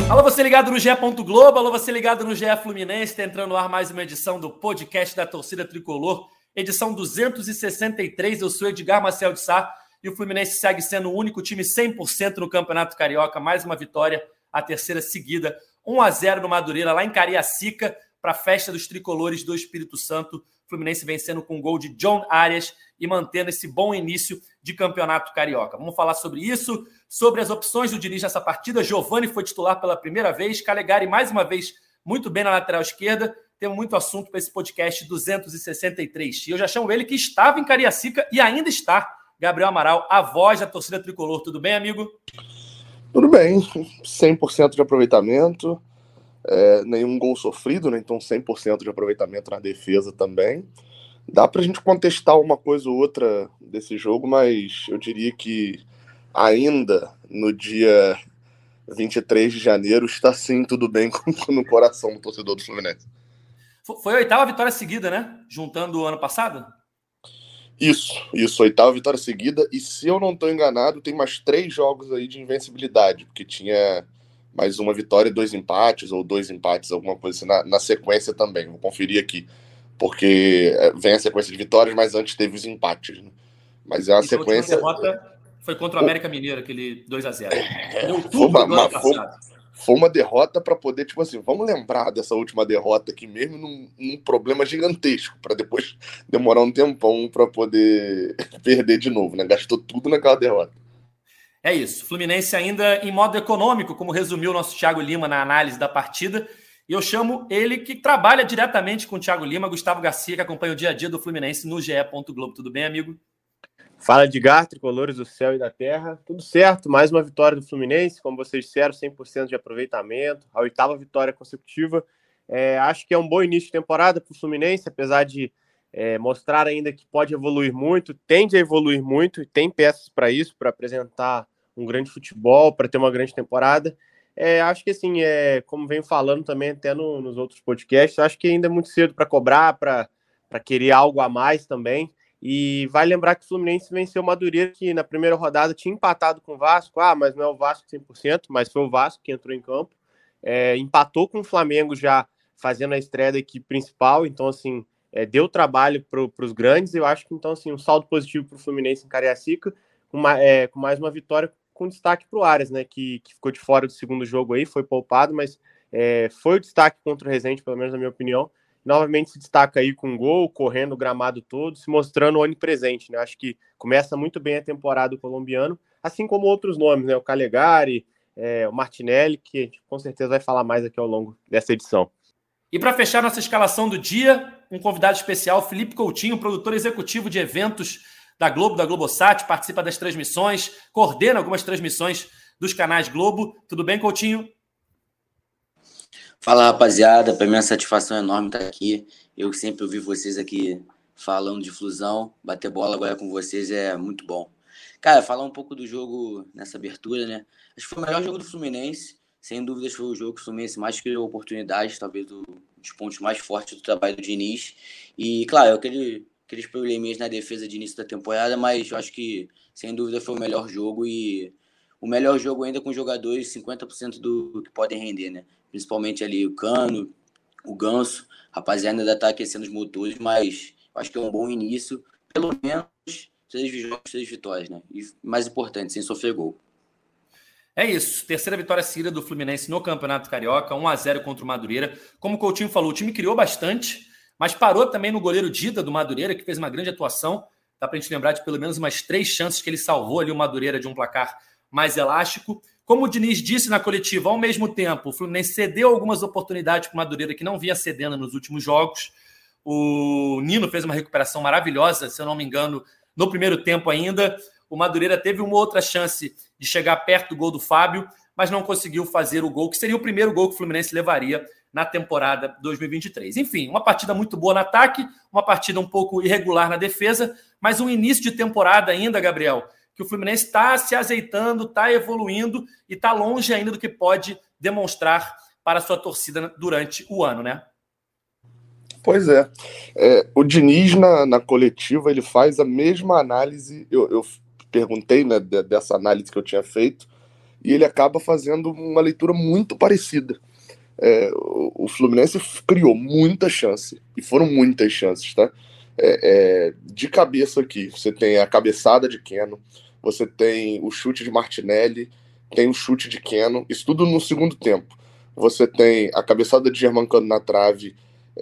Alô, você ligado no GE. Globo, alô, você ligado no GE Fluminense, está entrando no ar mais uma edição do podcast da torcida tricolor, edição 263, eu sou Edgar Marcel de Sá, e o Fluminense segue sendo o único time 100% no Campeonato Carioca, mais uma vitória, a terceira seguida, 1-0 no Madureira, lá em Cariacica, para a festa dos tricolores do Espírito Santo, o Fluminense vencendo com um gol de John Arias e mantendo esse bom início de Campeonato Carioca. Vamos falar sobre isso, sobre as opções do Diniz nessa partida. Giovani foi titular pela primeira vez, Calegari mais uma vez muito bem na lateral esquerda. Temos muito assunto para esse podcast 263. E eu já chamo ele que estava em Cariacica e ainda está, Gabriel Amaral, a voz da torcida tricolor. Tudo bem, amigo? Tudo bem, 100% de aproveitamento, nenhum gol sofrido, né? Então 100% de aproveitamento na defesa também. Dá pra gente contestar uma coisa ou outra desse jogo, mas eu diria que ainda no dia 23 de janeiro está sim tudo bem no coração do torcedor do Fluminense. Foi a oitava vitória seguida, né? Juntando o ano passado? Isso, oitava vitória seguida. E se eu não estou enganado, tem mais 3 jogos aí de invencibilidade, porque tinha mais uma vitória e 2 empates, ou 2 empates, alguma coisa assim, na sequência também. Vou conferir aqui, porque vem a sequência de vitórias, mas antes teve os empates, né? Mas é uma sequência... A derrota foi contra o América Mineiro, aquele 2-0. Foi uma derrota para poder, tipo assim, vamos lembrar dessa última derrota aqui mesmo num problema gigantesco, para depois demorar um tempão para poder perder de novo, né? Gastou tudo naquela derrota. É isso. Fluminense ainda em modo econômico, como resumiu o nosso Thiago Lima na análise da partida. E eu chamo ele que trabalha diretamente com o Thiago Lima, Gustavo Garcia, que acompanha o dia a dia do Fluminense no GE. Globo. Tudo bem, amigo? Fala, Edgar, tricolores do céu e da terra. Tudo certo, mais uma vitória do Fluminense, como vocês disseram, 100% de aproveitamento, a 8ª vitória consecutiva. Acho que é um bom início de temporada para o Fluminense, apesar de mostrar ainda que pode evoluir muito, tende a evoluir muito, e tem peças para isso, para apresentar um grande futebol, para ter uma grande temporada. Acho que assim, como venho falando também até nos outros podcasts, acho que ainda é muito cedo para cobrar, para querer algo a mais também. E vai lembrar que o Fluminense venceu o Madureira, que na primeira rodada tinha empatado com o Vasco, mas não é o Vasco 100%, mas foi o Vasco que entrou em campo. Empatou com o Flamengo já fazendo a estreia da equipe principal, então assim, deu trabalho para os grandes. Eu acho que então assim, um saldo positivo para o Fluminense em Cariacica, com mais uma vitória com destaque para o Arias, né, que ficou de fora do segundo jogo aí, foi poupado, mas foi o destaque contra o Resende, pelo menos na minha opinião. Novamente se destaca aí com um gol, correndo o gramado todo, se mostrando onipresente, né? Acho que começa muito bem a temporada do colombiano, assim como outros nomes, né? O Calegari, o Martinelli, que a gente com certeza vai falar mais aqui ao longo dessa edição. E para fechar nossa escalação do dia, um convidado especial, Felipe Coutinho, produtor executivo de eventos da Globo, da Globosat, participa das transmissões, coordena algumas transmissões dos canais Globo. Tudo bem, Coutinho? Fala, rapaziada, para mim é uma satisfação enorme estar aqui. Eu sempre ouvi vocês aqui falando de Flusão, bater bola agora com vocês é muito bom. Cara, falar um pouco do jogo nessa abertura, né? Acho que foi o melhor jogo do Fluminense, sem dúvidas foi o jogo que o Fluminense mais criou oportunidades, talvez dos pontos mais fortes do trabalho do Diniz. E, claro, aqueles probleminhas na defesa de início da temporada, mas eu acho que, sem dúvida, foi o melhor jogo e o melhor jogo ainda com jogadores 50% do que podem render, né? Principalmente ali o Cano, o Ganso, rapaziada ainda está aquecendo os motores, mas acho que é um bom início, pelo menos 6 vitórias, né? E mais importante, sem sofrer gol. É isso, terceira vitória seguida do Fluminense no Campeonato Carioca, 1-0 contra o Madureira. Como o Coutinho falou, o time criou bastante, mas parou também no goleiro Dida do Madureira, que fez uma grande atuação. Dá pra gente lembrar de pelo menos umas 3 chances que ele salvou ali o Madureira de um placar mais elástico. Como o Diniz disse na coletiva, ao mesmo tempo, o Fluminense cedeu algumas oportunidades para o Madureira que não vinha cedendo nos últimos jogos. O Nino fez uma recuperação maravilhosa, se eu não me engano, no primeiro tempo ainda. O Madureira teve uma outra chance de chegar perto do gol do Fábio, mas não conseguiu fazer o gol, que seria o primeiro gol que o Fluminense levaria na temporada 2023. Enfim, uma partida muito boa no ataque, uma partida um pouco irregular na defesa, mas um início de temporada ainda, Gabriel, que o Fluminense está se azeitando, está evoluindo e está longe ainda do que pode demonstrar para a sua torcida durante o ano, né? Pois é. O Diniz, na coletiva, ele faz a mesma análise. Eu perguntei, né, dessa análise que eu tinha feito, e ele acaba fazendo uma leitura muito parecida. O Fluminense criou muita chance, e foram muitas chances, tá? De cabeça aqui, você tem a cabeçada de Keno, você tem o chute de Martinelli, tem o chute de Keno, isso tudo no segundo tempo. Você tem a cabeçada de Germancano na trave,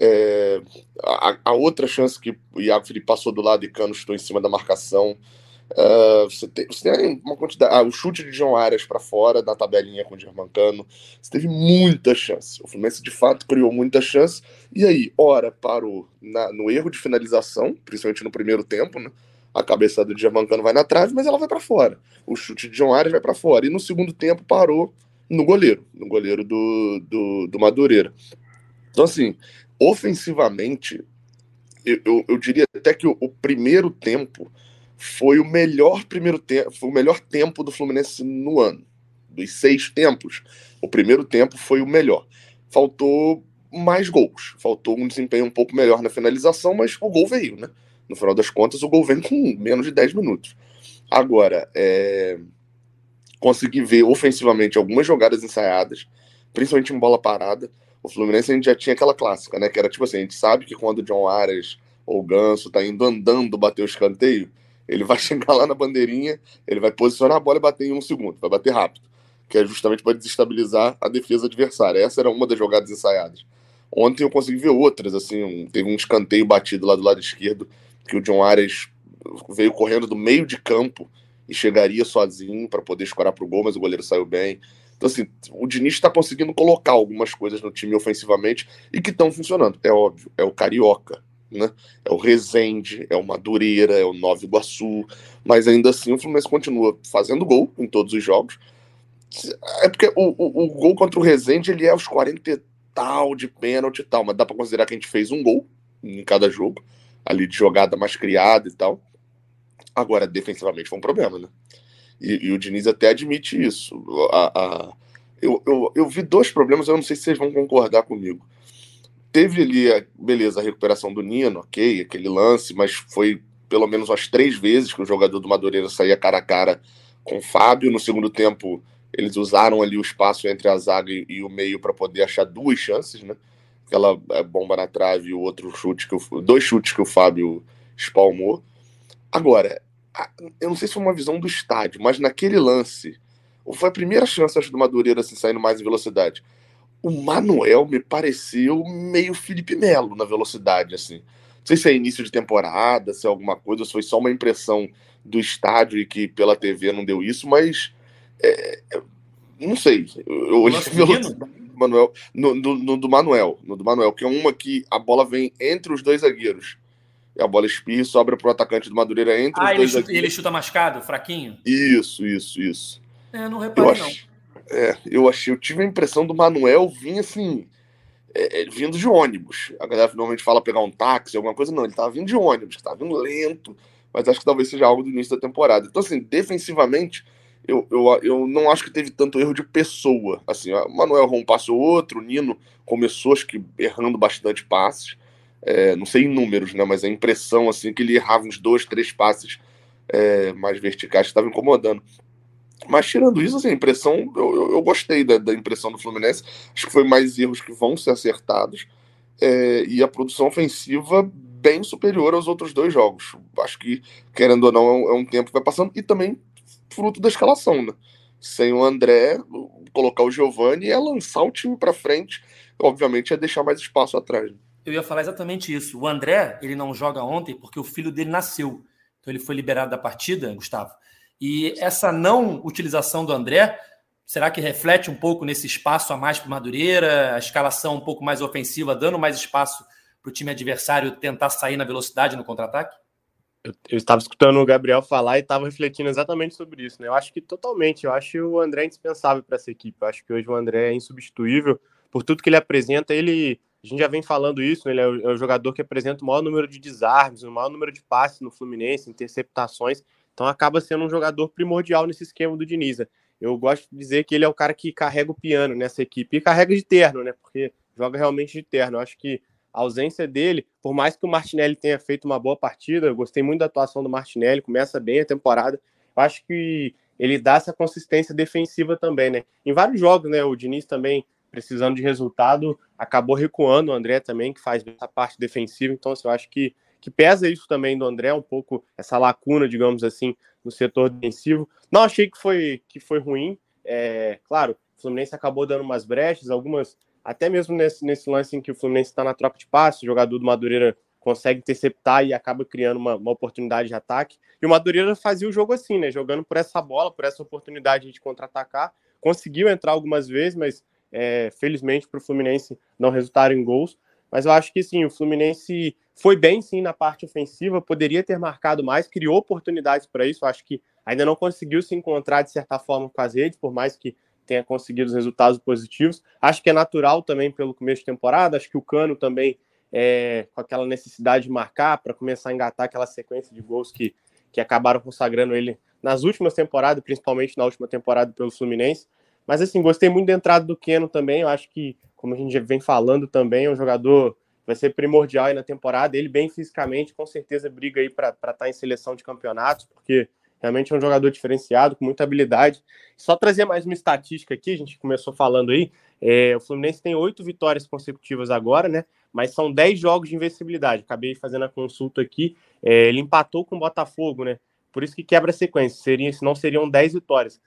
a outra chance que o Iago Felipe passou do lado e Cano estou em cima da marcação. Você tem uma quantidade. O chute de João Arias para fora da tabelinha com o Germancano. Você teve muita chance. O Fluminense de fato criou muita chance. E aí, ora parou no erro de finalização, principalmente no primeiro tempo, né? A cabeçada do Germancano vai na trave, mas ela vai para fora. O chute de João Arias vai para fora. E no segundo tempo parou no goleiro do Madureira. Então, assim, ofensivamente, eu diria até que o primeiro tempo foi o melhor tempo do Fluminense no ano. Dos 6 tempos, o primeiro tempo foi o melhor. Faltou mais gols, faltou um desempenho um pouco melhor na finalização, mas o gol veio, né? No final das contas, o gol vem com menos de 10 minutos. Agora, consegui ver ofensivamente algumas jogadas ensaiadas, principalmente em bola parada. O Fluminense a gente já tinha aquela clássica, né? Que era tipo assim, a gente sabe que quando o John Arias ou o Ganso tá indo andando bater o escanteio, ele vai chegar lá na bandeirinha, ele vai posicionar a bola e bater em 1 segundo, vai bater rápido, que é justamente para desestabilizar a defesa adversária. Essa era uma das jogadas ensaiadas. Ontem eu consegui ver outras, assim, teve um escanteio batido lá do lado esquerdo, que o John Arias veio correndo do meio de campo e chegaria sozinho para poder escorar pro gol, mas o goleiro saiu bem. Então, assim, o Diniz está conseguindo colocar algumas coisas no time ofensivamente e que estão funcionando. É óbvio, é o Carioca, né? É o Resende, é o Madureira, é o Nova Iguaçu, mas ainda assim o Fluminense continua fazendo gol em todos os jogos. É porque o gol contra o Resende ele é aos 40 e tal de pênalti e tal, mas dá para considerar que a gente fez um gol em cada jogo, ali de jogada mais criada e tal. Agora, defensivamente foi um problema, né? E o Diniz até admite isso. Eu vi 2 problemas, eu não sei se vocês vão concordar comigo. Teve ali, beleza, a recuperação do Nino, ok, aquele lance, mas foi pelo menos umas 3 vezes que o jogador do Madureira saía cara a cara com o Fábio. No segundo tempo, eles usaram ali o espaço entre a zaga e o meio para poder achar 2 chances, né? Aquela bomba na trave e o outro chute, 2 chutes que o Fábio espalmou. Agora, eu não sei se foi uma visão do estádio, mas naquele lance, foi a primeira chance, acho, do Madureira assim, saindo mais em velocidade. O Manuel me pareceu meio Felipe Melo na velocidade, assim. Não sei se é início de temporada, se é alguma coisa, se foi só uma impressão do estádio e que pela TV não deu isso, mas não sei. Eu olhei a velocidade do Manuel, no do Manuel, que é uma que a bola vem entre os 2 zagueiros. E a bola espirra e sobra pro atacante do Madureira entre os 2 zagueiros. Ele chuta mascado, fraquinho? Isso. Não reparei, não. Eu tive a impressão do Manuel vir assim, vindo de ônibus. A galera normalmente fala pegar um táxi, alguma coisa, não, ele tava vindo de ônibus, tava vindo lento, mas acho que talvez seja algo do início da temporada. Então, assim, defensivamente, eu não acho que teve tanto erro de pessoa. Assim, o Manuel errou um passe ou outro, o Nino começou, acho que, errando bastante passes. Não sei em números, né, mas a impressão, assim, que ele errava uns 2, 3 passes mais verticais que estavam incomodando. Mas tirando isso, assim, a impressão, eu gostei da impressão do Fluminense. Acho que foi mais erros que vão ser acertados. E a produção ofensiva bem superior aos outros 2 jogos. Acho que, querendo ou não, é um tempo que vai passando. E também fruto da escalação, né? Sem o André, colocar o Giovani é lançar o time para frente. Obviamente é deixar mais espaço atrás. Né? Eu ia falar exatamente isso. O André, ele não joga ontem porque o filho dele nasceu. Então ele foi liberado da partida, Gustavo. E essa não utilização do André, será que reflete um pouco nesse espaço a mais para o Madureira, a escalação um pouco mais ofensiva, dando mais espaço para o time adversário tentar sair na velocidade no contra-ataque? Eu estava escutando o Gabriel falar e estava refletindo exatamente sobre isso, né? Eu acho que totalmente, eu acho o André indispensável para essa equipe. Eu acho que hoje o André é insubstituível por tudo que ele apresenta. A gente já vem falando isso, né? Ele é o jogador que apresenta o maior número de desarmes, o maior número de passes no Fluminense, interceptações. Então acaba sendo um jogador primordial nesse esquema do Diniz. Eu gosto de dizer que ele é o cara que carrega o piano nessa equipe e carrega de terno, né? Porque joga realmente de terno. Eu acho que a ausência dele, por mais que o Martinelli tenha feito uma boa partida, eu gostei muito da atuação do Martinelli, começa bem a temporada. Eu acho que ele dá essa consistência defensiva também, né? Em vários jogos, né? O Diniz também, precisando de resultado, acabou recuando o André também, que faz essa parte defensiva. Então, assim, eu acho que pesa isso também do André, um pouco essa lacuna, digamos assim, no setor defensivo. Não achei que foi ruim. Claro, o Fluminense acabou dando umas brechas, algumas, até mesmo nesse lance em que o Fluminense está na troca de passes, o jogador do Madureira consegue interceptar e acaba criando uma oportunidade de ataque. E o Madureira fazia o jogo assim, né? Jogando por essa bola, por essa oportunidade de contra-atacar. Conseguiu entrar algumas vezes, mas felizmente para o Fluminense não resultaram em gols. Mas eu acho que sim, o Fluminense foi bem sim na parte ofensiva, poderia ter marcado mais, criou oportunidades para isso. Eu acho que ainda não conseguiu se encontrar de certa forma com as redes, por mais que tenha conseguido os resultados positivos. Acho que é natural também pelo começo de temporada, acho que o Cano também com aquela necessidade de marcar para começar a engatar aquela sequência de gols que acabaram consagrando ele nas últimas temporadas, principalmente na última temporada pelo Fluminense. Mas assim, gostei muito da entrada do Keno também, eu acho que, como a gente já vem falando também, é um jogador que vai ser primordial aí na temporada, ele bem fisicamente, com certeza briga aí para estar em seleção de campeonatos, porque realmente é um jogador diferenciado, com muita habilidade. Só trazer mais uma estatística aqui, a gente começou falando aí, o Fluminense tem 8 vitórias consecutivas agora, né? Mas são 10 jogos de invencibilidade. Acabei fazendo a consulta aqui. Ele empatou com o Botafogo, né? Por isso que quebra a sequência. Senão seriam 10 vitórias.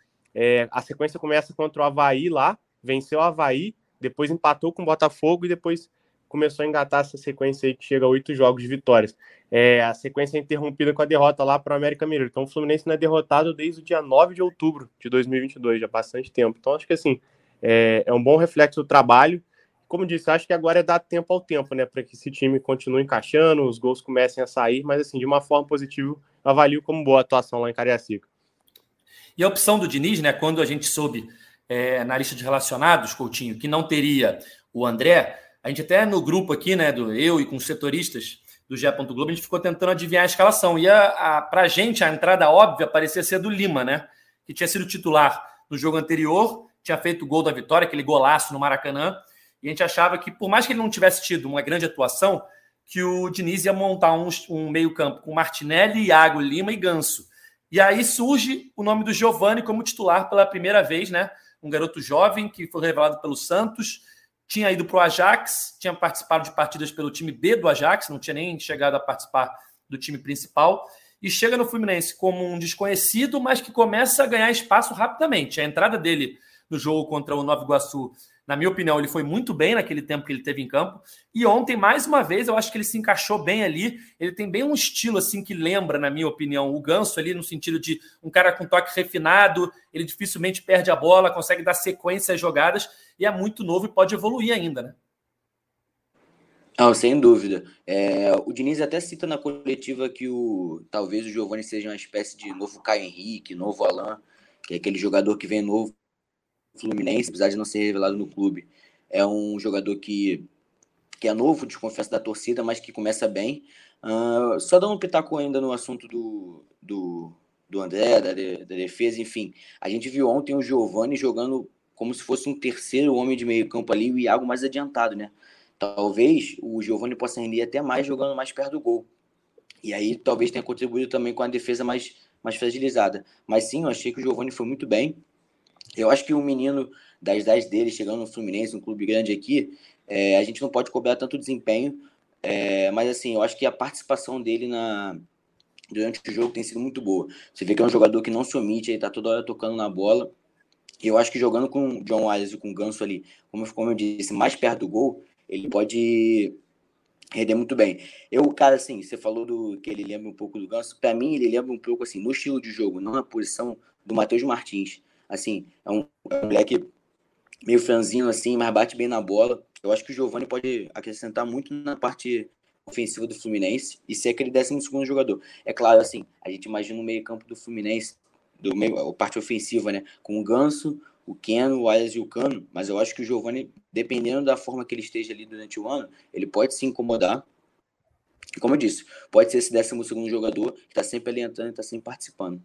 A sequência começa contra o Avaí lá, venceu o Avaí, depois empatou com o Botafogo e depois começou a engatar essa sequência aí que chega a 8 jogos de vitórias. A sequência é interrompida com a derrota lá para o América Mineiro. Então o Fluminense não é derrotado desde o dia 9 de outubro de 2022, já há bastante tempo. Então acho que assim, é um bom reflexo do trabalho. Como disse, acho que agora é dar tempo ao tempo, né, para que esse time continue encaixando, os gols comecem a sair, mas assim, de uma forma positiva, eu avalio como boa atuação lá em Cariacica. E a opção do Diniz, né, quando a gente soube na lista de relacionados, Coutinho, que não teria o André, a gente até no grupo aqui, né, eu e com os setoristas do GE. Globo, a gente ficou tentando adivinhar a escalação. E pra gente, a entrada óbvia parecia ser do Lima, né, que tinha sido titular no jogo anterior, tinha feito o gol da vitória, aquele golaço no Maracanã. E a gente achava que, por mais que ele não tivesse tido uma grande atuação, que o Diniz ia montar um meio-campo com Martinelli, Iago, Lima e Ganso. E aí surge o nome do Giovani como titular pela primeira vez, né? Um garoto jovem que foi revelado pelo Santos, tinha ido para o Ajax, tinha participado de partidas pelo time B do Ajax, não tinha nem chegado a participar do time principal, e chega no Fluminense como um desconhecido, mas que começa a ganhar espaço rapidamente. A entrada dele no jogo contra o Nova Iguaçu, na minha opinião, ele foi muito bem naquele tempo que ele teve em campo. E ontem, mais uma vez, eu acho que ele se encaixou bem ali. Ele tem bem um estilo assim que lembra, na minha opinião, o Ganso ali, no sentido de um cara com toque refinado. Ele dificilmente perde a bola, consegue dar sequência às jogadas. E é muito novo e pode evoluir ainda, né? Não, sem dúvida. O Diniz até cita na coletiva que talvez o Giovani seja uma espécie de novo Caio Henrique, novo Alain, que é aquele jogador que vem novo Fluminense, apesar de não ser revelado no clube. É um jogador que é novo, desconfiança da torcida, mas que começa bem. Só dando um pitaco ainda no assunto do André, da defesa, enfim. A gente viu ontem o Giovani jogando como se fosse um terceiro homem de meio campo ali, e o Iago mais adiantado, né? Talvez o Giovani possa render até mais jogando mais perto do gol. E aí talvez tenha contribuído também com a defesa mais fragilizada. Mas sim, eu achei que o Giovani foi muito bem. Eu acho que o menino das 10 dele, chegando no Fluminense, um clube grande aqui, a gente não pode cobrar tanto desempenho, mas assim, eu acho que a participação dele durante o jogo tem sido muito boa. Você vê que é um jogador que não se omite, ele tá toda hora tocando na bola, e eu acho que jogando com o John Wallace e com o Ganso ali, como eu disse, mais perto do gol, ele pode render muito bem. Cara, assim, você falou que ele lembra um pouco do Ganso, pra mim ele lembra um pouco, assim, no estilo de jogo, não na posição do Matheus Martins. Assim, é um moleque meio franzino, assim, mas bate bem na bola. Eu acho que o Giovani pode acrescentar muito na parte ofensiva do Fluminense e ser aquele 12º jogador. É claro, assim, a gente imagina o meio-campo do Fluminense, a parte ofensiva, né? Com o Ganso, o Keno, o Wallace e o Cano, mas eu acho que o Giovani, dependendo da forma que ele esteja ali durante o ano, ele pode se incomodar. E como eu disse, pode ser esse 12º jogador que está sempre ali entrando e está sempre participando.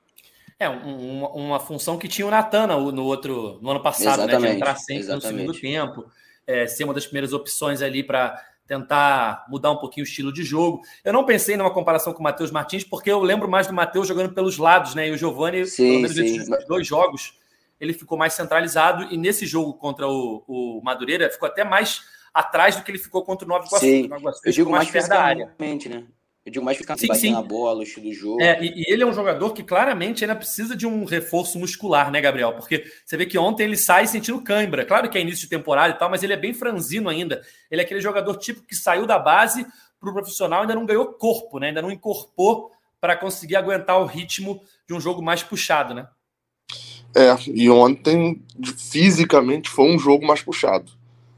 Uma função que tinha o Natan no ano passado, né, de entrar sempre no segundo tempo, ser uma das primeiras opções ali para tentar mudar um pouquinho o estilo de jogo. Eu não pensei numa comparação com o Matheus Martins, porque eu lembro mais do Matheus jogando pelos lados, né? E o Giovani, pelo menos nesses 2 jogos, ele ficou mais centralizado, e nesse jogo contra o Madureira ficou até mais atrás do que ele ficou contra o Nova Iguaçu. Sim, eu digo mais perto da área. né? Eu digo mais ficando batendo na bola, o estilo do jogo. E ele é um jogador que claramente ainda precisa de um reforço muscular, né, Gabriel? Porque você vê que ontem ele sai sentindo cãibra. Claro que é início de temporada e tal, mas ele é bem franzino ainda. Ele é aquele jogador tipo que saiu da base para o profissional e ainda não ganhou corpo, né? Ainda não incorporou para conseguir aguentar o ritmo de um jogo mais puxado, né? E ontem, fisicamente, foi um jogo mais puxado.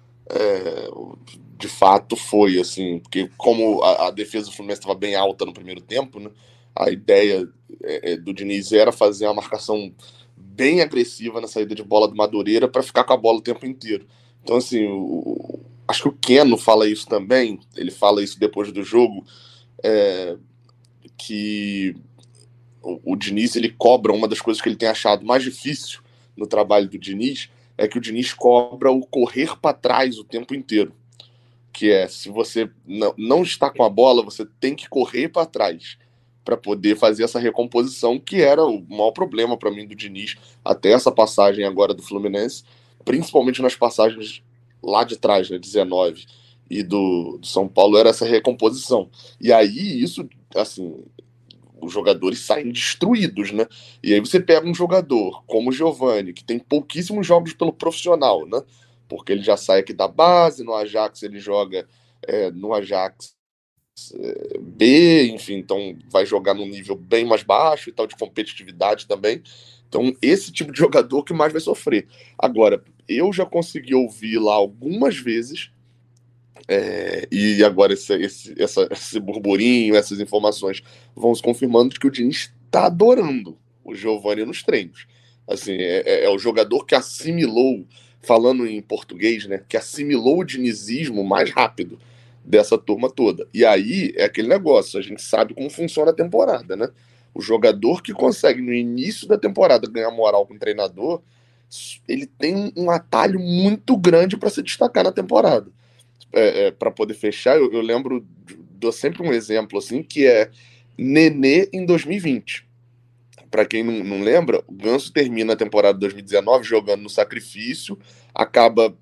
De fato foi, assim, porque como a defesa do Fluminense estava bem alta no primeiro tempo, né, a ideia do Diniz era fazer uma marcação bem agressiva na saída de bola do Madureira para ficar com a bola o tempo inteiro. Então, assim, acho que o Keno fala isso também, ele fala isso depois do jogo, que o Diniz, ele cobra, uma das coisas que ele tem achado mais difícil no trabalho do Diniz, é que o Diniz cobra o correr para trás o tempo inteiro. Que é, se você não está com a bola, você tem que correr para trás para poder fazer essa recomposição, que era o maior problema para mim do Diniz, até essa passagem agora do Fluminense, principalmente nas passagens lá de trás, né, 19, e do São Paulo, era essa recomposição. E aí, isso, assim, os jogadores saem destruídos, né? E aí você pega um jogador como o Giovani, que tem pouquíssimos jogos pelo profissional, né? Porque ele já sai aqui da base, no Ajax ele joga no Ajax B, enfim, então vai jogar num nível bem mais baixo e tal, de competitividade também. Então, esse tipo de jogador que mais vai sofrer. Agora, eu já consegui ouvir lá algumas vezes, e agora esse burburinho, essas informações vão se confirmando de que o Diniz está adorando o Giovani nos treinos. Assim, é o jogador que assimilou, falando em português, né, que assimilou o dinizismo mais rápido dessa turma toda. E aí é aquele negócio, a gente sabe como funciona a temporada, né? O jogador que consegue no início da temporada ganhar moral com o treinador, ele tem um atalho muito grande para se destacar na temporada. Para poder fechar, eu lembro, dou sempre um exemplo assim, que é Nenê em 2020. Para quem não lembra, o Ganso termina a temporada de 2019 jogando no sacrifício, acaba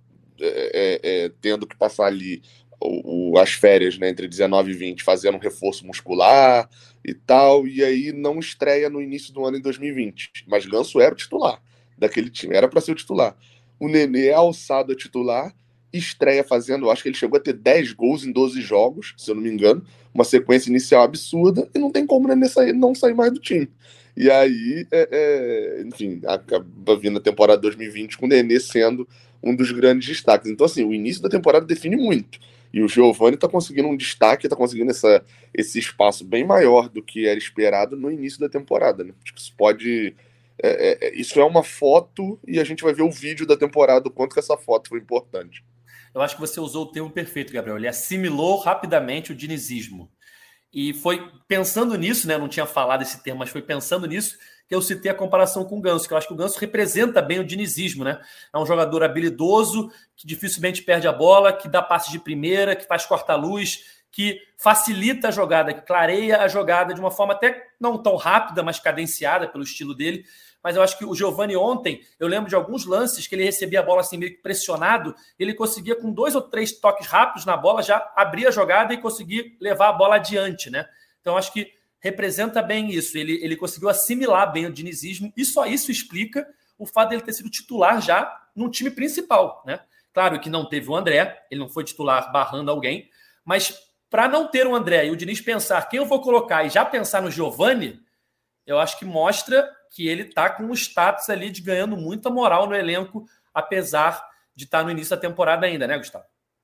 tendo que passar ali as férias, né, entre 19 e 20, fazendo um reforço muscular e tal, e aí não estreia no início do ano em 2020. Mas Ganso era o titular daquele time, era para ser o titular. O Nenê é alçado a titular, estreia fazendo, acho que ele chegou a ter 10 gols em 12 jogos, se eu não me engano, uma sequência inicial absurda, e não tem como o Nenê não sair mais do time. E aí, enfim, acaba vindo a temporada 2020 com o Nenê sendo um dos grandes destaques. Então, assim, o início da temporada define muito. E o Giovani está conseguindo um destaque, está conseguindo esse espaço bem maior do que era esperado no início da temporada, né? Acho que isso pode... isso é uma foto e a gente vai ver o vídeo da temporada, o quanto que essa foto foi importante. Eu acho que você usou o termo perfeito, Gabriel. Ele assimilou rapidamente o dinizismo. E foi pensando nisso, né? Eu não tinha falado esse termo, mas foi pensando nisso que eu citei a comparação com o Ganso, que eu acho que o Ganso representa bem o dinizismo, né? É um jogador habilidoso, que dificilmente perde a bola, que dá passe de primeira, que faz corta-luz, que facilita a jogada, que clareia a jogada de uma forma até não tão rápida, mas cadenciada pelo estilo dele. Mas eu acho que o Giovani ontem, eu lembro de alguns lances que ele recebia a bola assim meio que pressionado, ele conseguia com 2 ou 3 toques rápidos na bola já abrir a jogada e conseguir levar a bola adiante, né? Então acho que representa bem isso, ele conseguiu assimilar bem o dinizismo e só isso explica o fato dele ter sido titular já num time principal, né? Claro que não teve o André, ele não foi titular barrando alguém, mas para não ter o André e o Diniz pensar quem eu vou colocar e já pensar no Giovani, eu acho que mostra que ele está com um status ali de ganhando muita moral no elenco, apesar de estar no início da temporada ainda, né, Gustavo?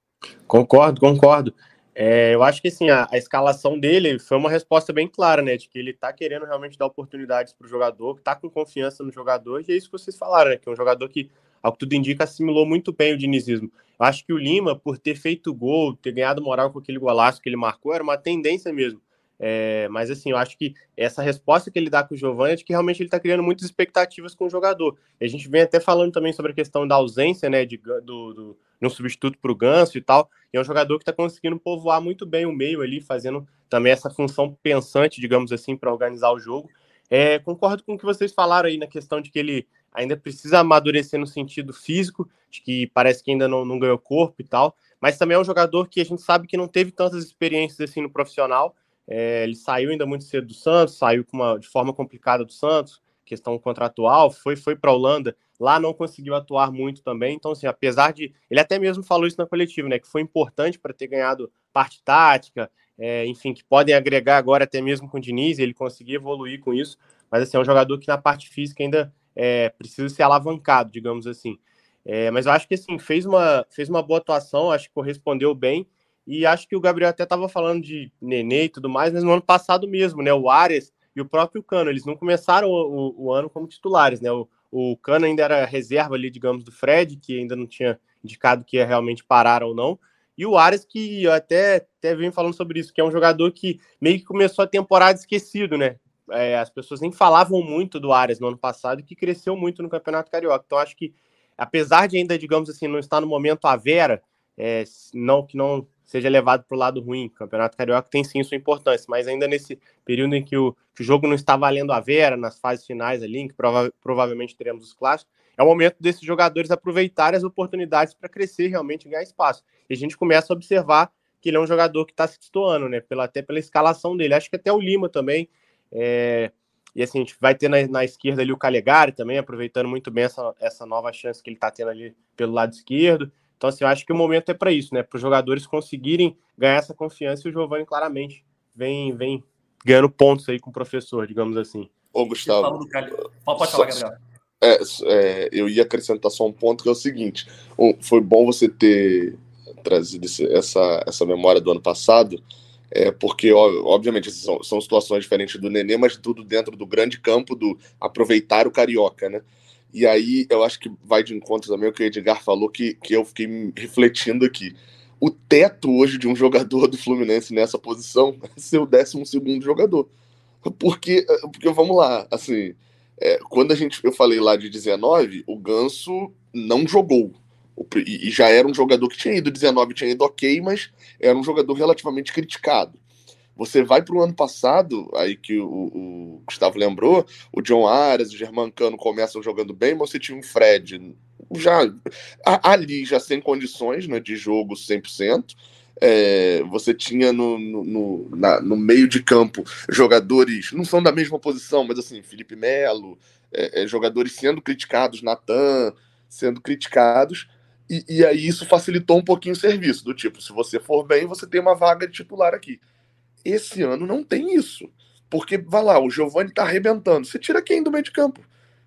Concordo. Eu acho que assim, a escalação dele foi uma resposta bem clara, né? De que ele está querendo realmente dar oportunidades para o jogador, que está com confiança no jogador, e é isso que vocês falaram, né? Que é um jogador que, ao que tudo indica, assimilou muito bem o dinizismo. Eu acho que o Lima, por ter feito gol, ter ganhado moral com aquele golaço que ele marcou, era uma tendência mesmo. Mas assim, eu acho que essa resposta que ele dá com o Giovani é de que realmente ele está criando muitas expectativas com o jogador. E a gente vem até falando também sobre a questão da ausência, né, de um substituto para o Ganso e tal. E é um jogador que está conseguindo povoar muito bem o meio ali, fazendo também essa função pensante, digamos assim, para organizar o jogo. Concordo com o que vocês falaram aí na questão de que ele ainda precisa amadurecer no sentido físico, de que parece que ainda não ganhou corpo e tal, mas também é um jogador que a gente sabe que não teve tantas experiências assim no profissional. Ele saiu ainda muito cedo do Santos, saiu de forma complicada do Santos, questão contratual, foi para a Holanda, lá não conseguiu atuar muito também. Então, assim, apesar de... Ele até mesmo falou isso na coletiva, né? Que foi importante para ter ganhado parte tática, enfim, que podem agregar agora até mesmo com o Diniz, ele conseguir evoluir com isso. Mas, assim, é um jogador que na parte física ainda precisa ser alavancado, digamos assim. Mas eu acho que, assim, fez uma boa atuação, acho que correspondeu bem. E acho que o Gabriel até estava falando de Nenê e tudo mais, mas no ano passado mesmo, né? O Arias e o próprio Cano, eles não começaram o ano como titulares, né? O Cano ainda era reserva ali, digamos, do Fred, que ainda não tinha indicado que ia realmente parar ou não. E o Arias, que eu até venho falando sobre isso, que é um jogador que meio que começou a temporada esquecido, né? As pessoas nem falavam muito do Arias no ano passado e que cresceu muito no Campeonato Carioca. Então, acho que, apesar de ainda, digamos assim, não estar no momento à vera, que não seja levado para o lado ruim. O Campeonato Carioca tem sim sua importância, mas ainda nesse período em que o jogo não está valendo a vera, nas fases finais ali, em que provavelmente teremos os clássicos, é o momento desses jogadores aproveitarem as oportunidades para crescer realmente e ganhar espaço. E a gente começa a observar que ele é um jogador que está se destoando, né? Até pela escalação dele. Acho que até o Lima também. E assim, a gente vai ter na esquerda ali o Calegari também, aproveitando muito bem essa nova chance que ele está tendo ali pelo lado esquerdo. Então, assim, eu acho que o momento é para isso, né? Para os jogadores conseguirem ganhar essa confiança, e o Giovani claramente vem ganhando pontos aí com o professor, digamos assim. Ô, Gustavo. Pode falar, Gabriel. Eu ia acrescentar só um ponto, que é o seguinte: foi bom você ter trazido essa memória do ano passado, porque, obviamente, são situações diferentes do Nenê, mas tudo dentro do grande campo do aproveitar o Carioca, né? E aí, eu acho que vai de encontro também o que o Edgar falou, que eu fiquei refletindo aqui. O teto hoje de um jogador do Fluminense nessa posição é ser o 12º jogador. Porque vamos lá, assim, quando eu falei lá de 19, o Ganso não jogou. E já era um jogador que tinha ido 19, tinha ido ok, mas era um jogador relativamente criticado. Você vai para o ano passado, aí que o Gustavo lembrou, o John Arias, o Germancano começam jogando bem, mas você tinha um Fred ali já sem condições, né, de jogo 100%. Você tinha no meio de campo jogadores, não são da mesma posição, mas assim, Felipe Melo, jogadores sendo criticados, Natan sendo criticados, e aí isso facilitou um pouquinho o serviço, do tipo, se você for bem, você tem uma vaga de titular aqui. Esse ano não tem isso. Porque, vai lá, o Giovani tá arrebentando. Você tira quem do meio de campo?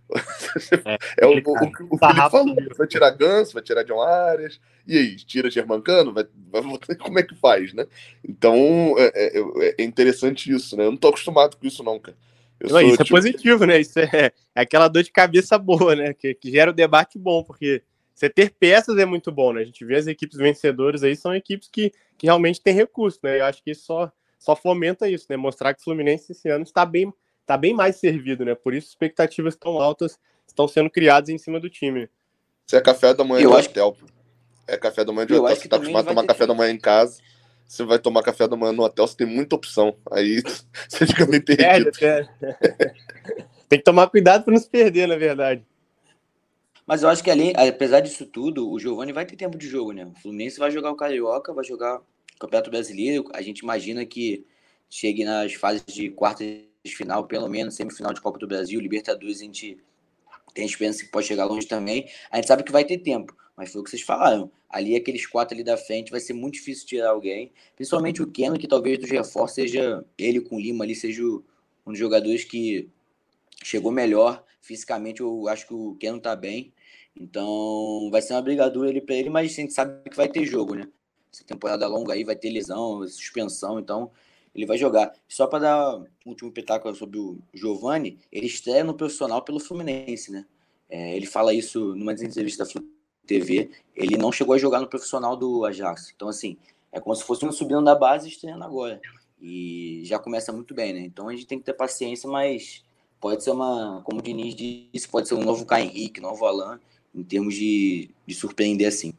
O Felipe falou. Vai tirar Ganso, vai tirar John Arias. E aí, tira Germancano? Como é que faz, né? Então, é interessante isso, né? Eu não tô acostumado com isso, não, cara. Isso é positivo, né? Isso é aquela dor de cabeça boa, né? Que gera um debate bom, porque você ter peças é muito bom, né? A gente vê as equipes vencedoras aí, são equipes que realmente têm recurso, né? Eu acho que isso só fomenta isso, né? Mostrar que o Fluminense esse ano está bem mais servido, né? Por isso expectativas tão altas estão sendo criadas em cima do time. Isso é café da manhã de hotel. É café da manhã de hotel. Você tá acostumado a tomar café da manhã em casa, você vai tomar café da manhã no hotel, você tem muita opção. Aí você fica meio perdido. Tem que tomar cuidado para não se perder, na verdade. Mas eu acho que apesar disso tudo, o Giovani vai ter tempo de jogo, né? O Fluminense vai jogar o Carioca, vai jogar o Campeonato Brasileiro. A gente imagina que chegue nas fases de quartas de final, pelo menos, semifinal de Copa do Brasil, Libertadores, a gente tem esperança que pode chegar longe também. A gente sabe que vai ter tempo, mas foi o que vocês falaram. Ali, aqueles 4 ali da frente, vai ser muito difícil tirar alguém. Principalmente o Keno, que talvez dos reforços seja ele com o Lima ali, seja um dos jogadores que chegou melhor. Fisicamente, eu acho que o Keno tá bem. Então, vai ser uma brigadura ali pra ele, mas a gente sabe que vai ter jogo, né? Essa temporada longa aí vai ter lesão, suspensão, então ele vai jogar. Só para dar um último pitaco sobre o Giovani, ele estreia no profissional pelo Fluminense, né? Ele fala isso numa entrevista da Flu TV. Ele não chegou a jogar no profissional do Ajax. Então, assim, é como se fosse um subindo da base e estreando agora. E já começa muito bem, né? Então a gente tem que ter paciência, mas pode ser como o Diniz disse, pode ser um novo Caio Henrique, novo Alan, em termos de surpreender assim.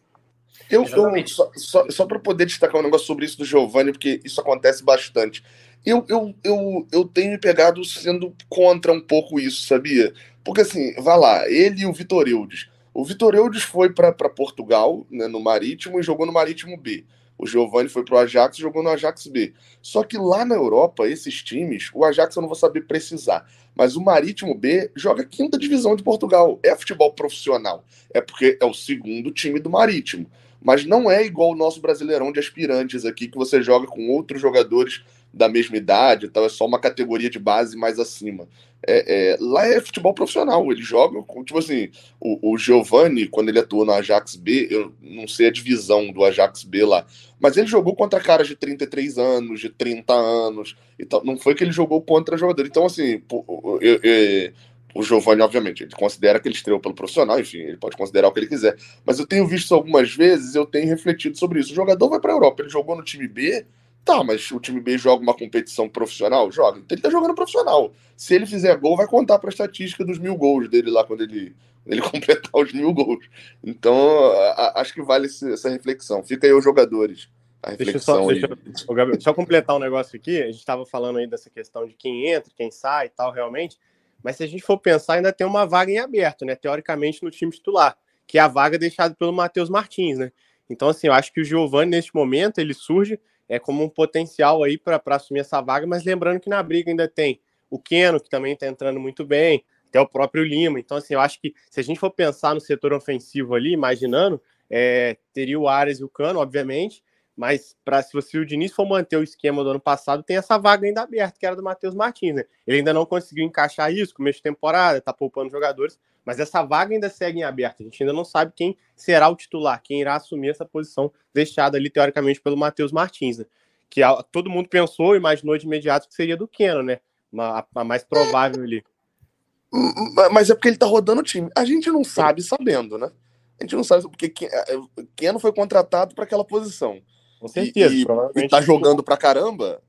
Só para poder destacar um negócio sobre isso do Giovani, porque isso acontece bastante. Eu tenho me pegado sendo contra um pouco isso, sabia? Porque assim, vai lá, ele e o Vitor Eudes. O Vitor Eudes foi para Portugal, né, no Marítimo, e jogou no Marítimo B. O Giovani foi para o Ajax e jogou no Ajax B. Só que lá na Europa, esses times, o Ajax eu não vou saber precisar, mas o Marítimo B joga 5ª divisão de Portugal. É futebol profissional. É porque é o 2º time do Marítimo. Mas não é igual o nosso Brasileirão de aspirantes aqui, que você joga com outros jogadores da mesma idade e tal, é só uma categoria de base mais acima. Lá é futebol profissional, eles jogam, tipo assim, o Giovani, quando ele atuou no Ajax B, eu não sei a divisão do Ajax B lá, mas ele jogou contra caras de 33 anos, de 30 anos e tal, não foi que ele jogou contra jogadores. Então, assim, o Giovani, obviamente, ele considera que ele estreou pelo profissional, enfim, ele pode considerar o que ele quiser. Mas eu tenho visto isso algumas vezes, eu tenho refletido sobre isso. O jogador vai para a Europa, ele jogou no time B, tá, mas o time B joga uma competição profissional? Joga. Então ele tá jogando profissional. Se ele fizer gol, vai contar para a estatística dos 1000 gols dele lá, quando ele completar os 1000 gols. Então, acho que vale essa reflexão. Fica aí os jogadores. A reflexão. Gabriel, só completar um negócio aqui, a gente estava falando aí dessa questão de quem entra, quem sai e tal, realmente. Mas se a gente for pensar, ainda tem uma vaga em aberto, né? Teoricamente, no time titular, que é a vaga deixada pelo Matheus Martins, né? Então, assim, eu acho que o Giovani, neste momento, ele surge como um potencial aí para assumir essa vaga, mas lembrando que na briga ainda tem o Keno, que também está entrando muito bem, até o próprio Lima. Então, assim, eu acho que se a gente for pensar no setor ofensivo ali, imaginando, teria o Ares e o Cano, obviamente, mas se o Diniz for manter o esquema do ano passado, tem essa vaga ainda aberta, que era do Matheus Martins, né? Ele ainda não conseguiu encaixar isso, começo de temporada, tá poupando jogadores, mas essa vaga ainda segue em aberto. A gente ainda não sabe quem será o titular, quem irá assumir essa posição deixada ali, teoricamente, pelo Matheus Martins, né? Que todo mundo pensou, imaginou de imediato que seria do Keno, né? A mais provável ali. Mas é porque ele tá rodando o time. A gente não sabe sabendo, né? A gente não sabe, porque Keno foi contratado para aquela posição. Com certeza, e tá jogando pra caramba.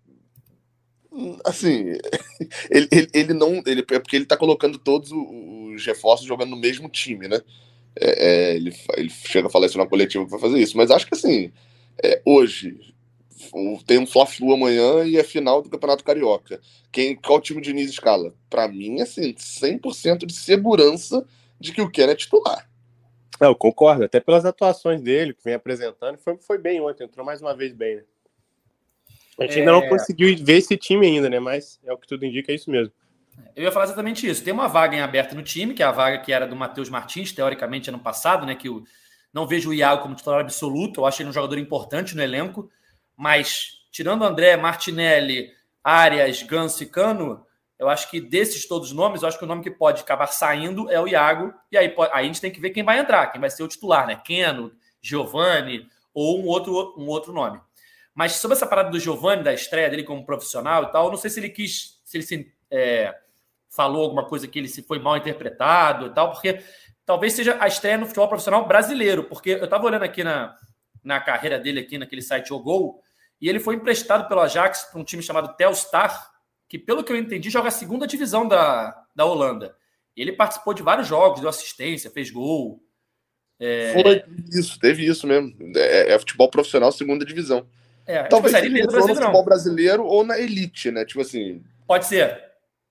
Assim, ele não. É porque ele tá colocando todos os reforços jogando no mesmo time, né? Ele chega a falar isso na coletiva que vai fazer isso. Mas acho que assim, hoje tem um Fla-Flu amanhã e é final do Campeonato Carioca. Qual time de Diniz escala? Pra mim, assim, 100% de segurança de que o Keno é titular. Eu concordo, até pelas atuações dele, que vem apresentando, foi bem ontem, entrou mais uma vez bem, né? A gente ainda não conseguiu ver esse time ainda, né? Mas é o que tudo indica, é isso mesmo. Eu ia falar exatamente isso. Tem uma vaga em aberto no time, que é a vaga que era do Matheus Martins, teoricamente, ano passado, né? Que eu não vejo o Iago como titular absoluto, eu acho ele um jogador importante no elenco, mas tirando André, Martinelli, Arias, Ganso e Cano, eu acho que desses todos os nomes, eu acho que o nome que pode acabar saindo é o Iago, e aí a gente tem que ver quem vai entrar, quem vai ser o titular, né? Keno, Giovani ou um outro nome. Mas sobre essa parada do Giovani, da estreia dele como profissional e tal, eu não sei se ele falou alguma coisa que ele se foi mal interpretado e tal, porque talvez seja a estreia no futebol profissional brasileiro, porque eu estava olhando aqui na carreira dele aqui naquele site OGol, e ele foi emprestado pelo Ajax para um time chamado Telstar, que, pelo que eu entendi, joga a 2ª divisão da Holanda. Ele participou de vários jogos, deu assistência, fez gol. Teve isso mesmo. É futebol profissional, 2ª divisão. Talvez tipo assim, ele entrou no futebol brasileiro ou na elite, né? Tipo assim... Pode ser.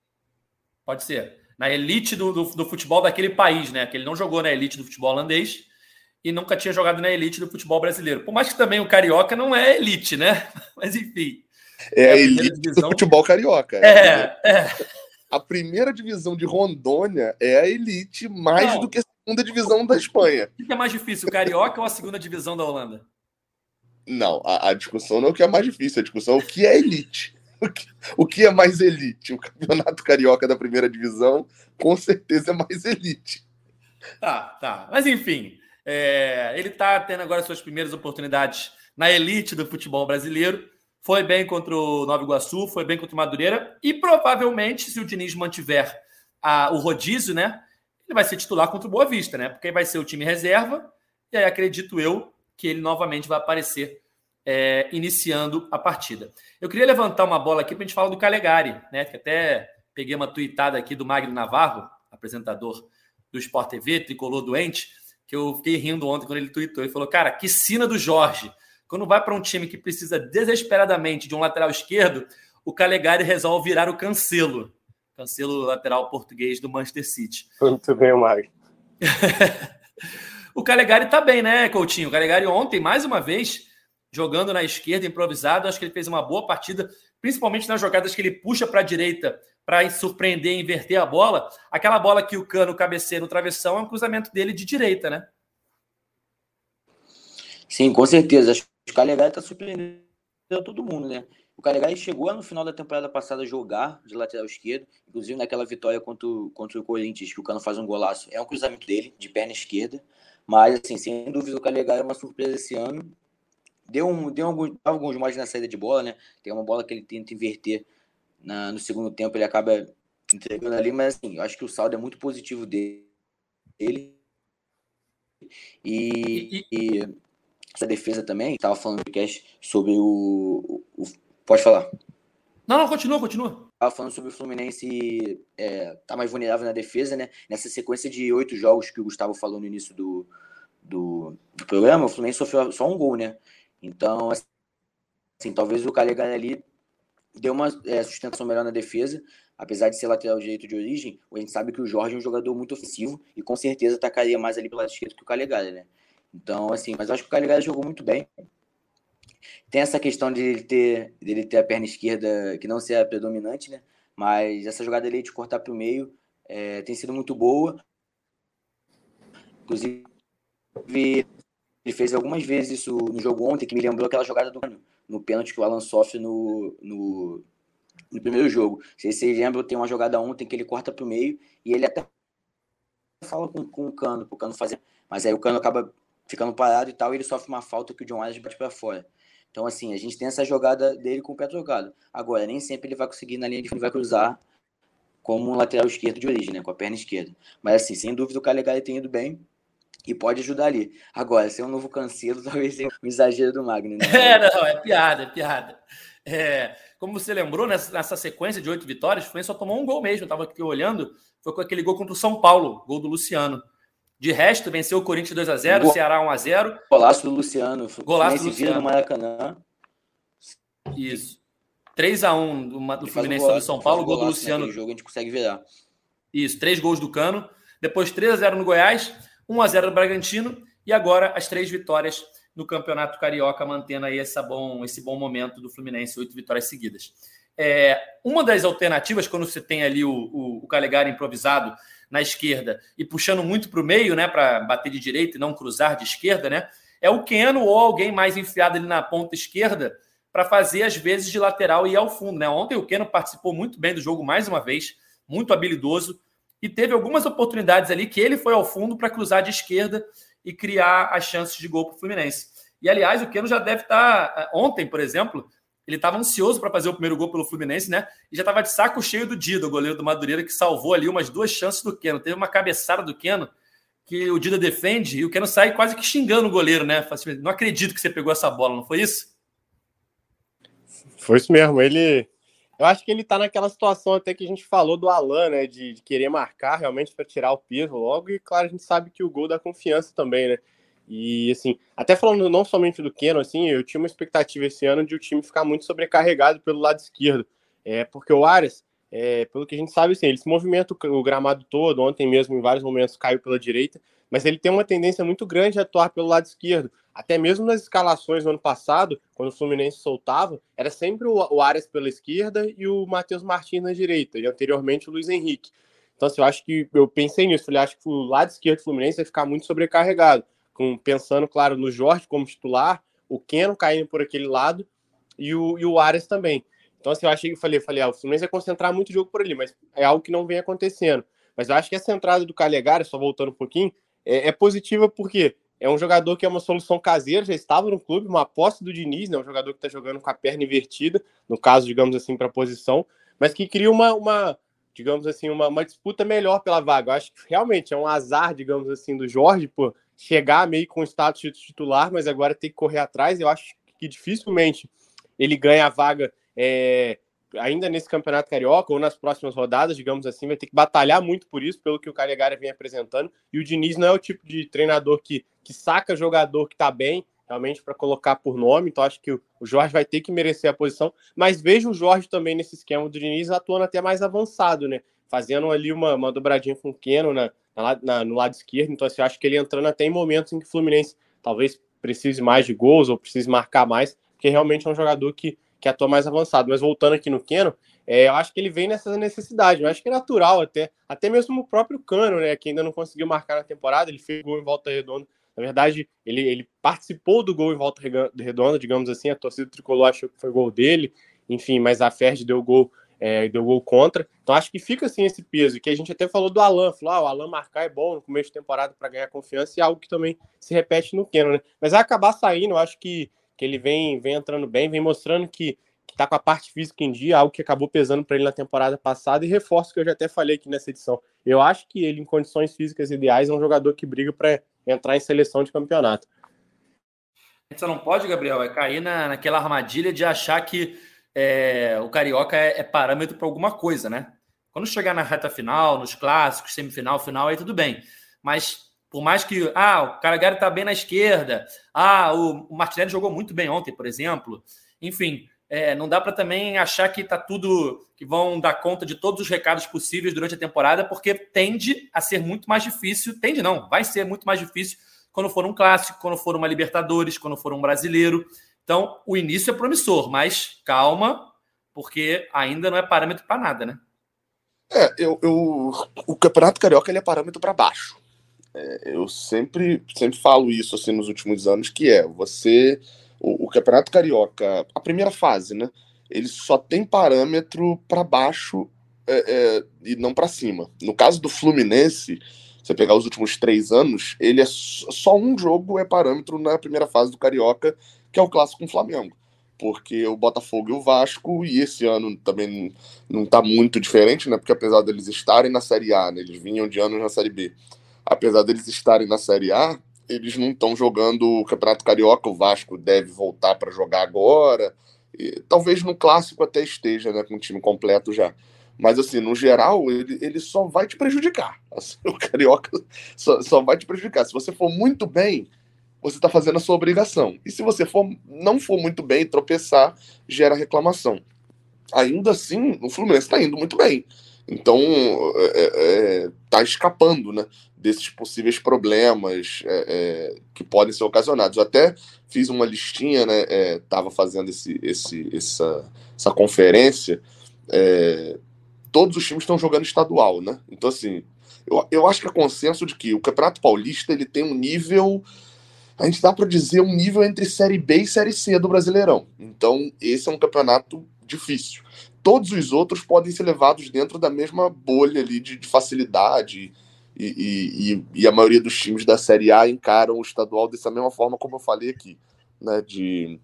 Na elite do futebol daquele país, né? Que ele não jogou na elite do futebol holandês e nunca tinha jogado na elite do futebol brasileiro. Por mais que também o carioca não é elite, né? Mas enfim. É a elite do futebol carioca. A 1ª divisão de Rondônia é a elite mais do que a 2ª divisão da Espanha. O que é mais difícil, o carioca ou a 2ª divisão da Holanda? Não, a discussão não é o que é mais difícil, a discussão é o que é elite. O que é mais elite? O Campeonato Carioca da 1ª divisão, com certeza é mais elite. Tá. Mas enfim, ele tá tendo agora suas primeiras oportunidades na elite do futebol brasileiro. Foi bem contra o Nova Iguaçu, foi bem contra o Madureira e provavelmente, se o Diniz mantiver o rodízio, né, ele vai ser titular contra o Boa Vista, né? Porque vai ser o time reserva e aí acredito eu que ele novamente vai aparecer iniciando a partida. Eu queria levantar uma bola aqui para a gente falar do Calegari, né? Que até peguei uma tuitada aqui do Magno Navarro, apresentador do Sport TV, tricolor doente, que eu fiquei rindo ontem quando ele tuitou. Ele falou, cara, que sina do Jorge. Quando vai para um time que precisa desesperadamente de um lateral esquerdo, o Calegari resolve virar o Cancelo. Cancelo, lateral português do Manchester City. Muito bem, Magno. O Calegari tá bem, né, Coutinho? O Calegari ontem, mais uma vez, jogando na esquerda, improvisado. Acho que ele fez uma boa partida, principalmente nas jogadas que ele puxa para a direita para surpreender e inverter a bola. Aquela bola que o Cano cabeceia no travessão é um cruzamento dele de direita, né? Sim, com certeza. Acho que o Calegari está surpreendendo todo mundo, né? O Calegari chegou no final da temporada passada a jogar de lateral esquerdo, inclusive naquela vitória contra o Corinthians, que o Cano faz um golaço. É um cruzamento dele, de perna esquerda. Mas, assim, sem dúvida, o Calegari é uma surpresa esse ano. Deu alguns modos na saída de bola, né? Tem uma bola que ele tenta inverter no segundo tempo, ele acaba entregando ali, mas assim, eu acho que o saldo é muito positivo dele. E essa defesa também, estava falando no podcast sobre o... Pode falar. Não, continua. Estava falando sobre o Fluminense tá mais vulnerável na defesa, né? Nessa sequência de 8 jogos que o Gustavo falou no início do programa, o Fluminense sofreu só um gol, né? Então, assim, talvez o Calegari ali deu uma sustentação melhor na defesa, apesar de ser lateral direito de origem. A gente sabe que o Jorge é um jogador muito ofensivo e com certeza atacaria mais ali pelo lado esquerdo que o Calegari, né? Então, assim, mas eu acho que o Calegari jogou muito bem. Tem essa questão de ele ter a perna esquerda que não ser a predominante, né? Mas essa jogada ali de cortar para o meio tem sido muito boa. Inclusive, ele fez algumas vezes isso no jogo ontem, que me lembrou aquela jogada no pênalti que o Alan sofre no primeiro jogo. Se vocês lembram, tem uma jogada ontem que ele corta para o meio e ele até fala com o Cano, para o Cano fazer. Mas aí o Cano acaba ficando parado e tal, e ele sofre uma falta que o John Arias bate para fora. Então, assim, a gente tem essa jogada dele com o pé trocado. Agora, nem sempre ele vai conseguir na linha de fundo, vai cruzar como um lateral esquerdo de origem, né, com a perna esquerda. Mas, assim, sem dúvida o Calegari tem ido bem e pode ajudar ali. Agora, ser um novo Cancelo talvez seja um exagero do Magno, né? Não, é piada. Como você lembrou, nessa sequência de 8 vitórias, o Fluminense só tomou um gol mesmo. Eu estava aqui olhando, foi com aquele gol contra o São Paulo, gol do Luciano. De resto, venceu o Corinthians 2-0, o Ceará 1-0. Golaço do Luciano. Golaço do Luciano. No Maracanã. Isso. 3-1 do Fluminense sobre o São Paulo, gol do Luciano. Jogo a gente consegue virar. Isso, 3 gols do Cano. Depois 3-0 no Goiás, 1-0 no Bragantino. E agora as 3 vitórias no Campeonato Carioca, mantendo aí esse bom momento do Fluminense, 8 vitórias seguidas. Uma das alternativas, quando você tem ali o Calegari improvisado na esquerda e puxando muito para o meio, né, para bater de direita e não cruzar de esquerda, né, é o Keno ou alguém mais enfiado ali na ponta esquerda para fazer, às vezes, de lateral e ir ao fundo, né? Ontem o Keno participou muito bem do jogo mais uma vez, muito habilidoso, e teve algumas oportunidades ali que ele foi ao fundo para cruzar de esquerda e criar as chances de gol para o Fluminense. E, aliás, o Keno já deve estar... Ontem, por exemplo, ele estava ansioso para fazer o primeiro gol pelo Fluminense, né? E já estava de saco cheio do Dida, o goleiro do Madureira, que salvou ali umas 2 chances do Keno. Teve uma cabeçada do Keno que o Dida defende e o Keno sai quase que xingando o goleiro, né? Assim, não acredito que você pegou essa bola, não foi isso? Foi isso mesmo. Eu acho que ele tá naquela situação até que a gente falou do Alan, né? De querer marcar realmente para tirar o peso logo. E, claro, a gente sabe que o gol dá confiança também, né? E, assim, até falando não somente do Keno, assim, eu tinha uma expectativa esse ano de o time ficar muito sobrecarregado pelo lado esquerdo. Porque o Arias, pelo que a gente sabe, assim, ele se movimenta o gramado todo. Ontem mesmo, em vários momentos, caiu pela direita. Mas ele tem uma tendência muito grande de atuar pelo lado esquerdo. Até mesmo nas escalações do ano passado, quando o Fluminense soltava, era sempre o Arias pela esquerda e o Matheus Martins na direita. E anteriormente o Luiz Henrique. Então, assim, eu pensei nisso. Falei, acho que o lado esquerdo do Fluminense vai ficar muito sobrecarregado. Pensando, claro, no Jorge como titular, o Keno caindo por aquele lado e o Arias também. Então, assim, eu falei, o Fluminense vai concentrar muito jogo por ali, mas é algo que não vem acontecendo. Mas eu acho que essa entrada do Calegari, só voltando um pouquinho, é positiva porque é um jogador que é uma solução caseira, já estava no clube, uma aposta do Diniz, né, um jogador que está jogando com a perna invertida, no caso, digamos assim, para a posição, mas que cria digamos assim, uma disputa melhor pela vaga. Eu acho que realmente é um azar, digamos assim, do Jorge, por chegar meio com o status de titular, mas agora tem que correr atrás. Eu acho que dificilmente ele ganha a vaga ainda nesse Campeonato Carioca ou nas próximas rodadas, digamos assim, vai ter que batalhar muito por isso, pelo que o Calegari vem apresentando, e o Diniz não é o tipo de treinador que saca jogador que está bem, realmente para colocar por nome, então acho que o Jorge vai ter que merecer a posição, mas vejo o Jorge também nesse esquema do Diniz atuando até mais avançado, né, fazendo ali uma dobradinha com o Keno no lado esquerdo, então assim, acho que ele entrando até em momentos em que o Fluminense talvez precise mais de gols ou precise marcar mais, porque realmente é um jogador que atua mais avançado. Mas voltando aqui no Keno, eu acho que ele vem nessa necessidade, eu acho que é natural até mesmo o próprio Cano, né, que ainda não conseguiu marcar na temporada, ele fez gol em Volta Redonda. Na verdade, ele participou do gol em Volta Redonda, digamos assim, a torcida tricolor achou que foi gol dele, enfim, mas a Ferdi deu gol contra. Então acho que fica assim esse peso, que a gente até falou do Alan, falou, o Alan marcar é bom no começo de temporada para ganhar confiança, e é algo que também se repete no Keno, né? Mas vai acabar saindo, eu acho que ele vem entrando bem, vem mostrando que tá com a parte física em dia, algo que acabou pesando para ele na temporada passada, e reforço que eu já até falei aqui nessa edição. Eu acho que ele, em condições físicas ideais, é um jogador que briga para entrar em seleção de campeonato. A gente só não pode, Gabriel, cair naquela armadilha de achar que o Carioca é parâmetro para alguma coisa, né? Quando chegar na reta final, nos clássicos, semifinal, final, aí tudo bem. Mas por mais que o Calegari está bem na esquerda, o Martinelli jogou muito bem ontem, por exemplo. Enfim, não dá para também achar que tá tudo, que vão dar conta de todos os recados possíveis durante a temporada, porque tende a ser muito mais difícil, vai ser muito mais difícil quando for um clássico, quando for uma Libertadores, quando for um brasileiro. Então, o início é promissor, mas calma, porque ainda não é parâmetro para nada, né? O Campeonato Carioca ele é parâmetro para baixo. Eu sempre falo isso assim nos últimos anos, que o Campeonato Carioca, a primeira fase, né? Ele só tem parâmetro para baixo e não para cima. No caso do Fluminense, você pegar os últimos 3 anos, ele só um jogo é parâmetro na primeira fase do Carioca, que é o clássico com o Flamengo. Porque o Botafogo e o Vasco, e esse ano também não está muito diferente, né? Porque apesar deles estarem na Série A, né, eles vinham de anos na Série B, apesar deles estarem na Série A, eles não estão jogando o Campeonato Carioca. O Vasco deve voltar para jogar agora, e talvez no Clássico até esteja, né, com o time completo já. Mas, assim, no geral, ele só vai te prejudicar. Assim, o Carioca só vai te prejudicar. Se você for muito bem, você está fazendo a sua obrigação. E se você não for muito bem, tropeçar, gera reclamação. Ainda assim, o Fluminense está indo muito bem. Então, está escapando, né, desses possíveis problemas que podem ser ocasionados. Eu até fiz uma listinha, né, estava fazendo essa conferência. Todos os times estão jogando estadual, né? Então, assim, eu acho que é consenso de que o Campeonato Paulista ele tem um nível, a gente dá para dizer, um nível entre Série B e Série C do Brasileirão. Então, esse é um campeonato difícil. Todos os outros podem ser levados dentro da mesma bolha ali de facilidade, e a maioria dos times da Série A encaram o estadual dessa mesma forma, como eu falei aqui, né? De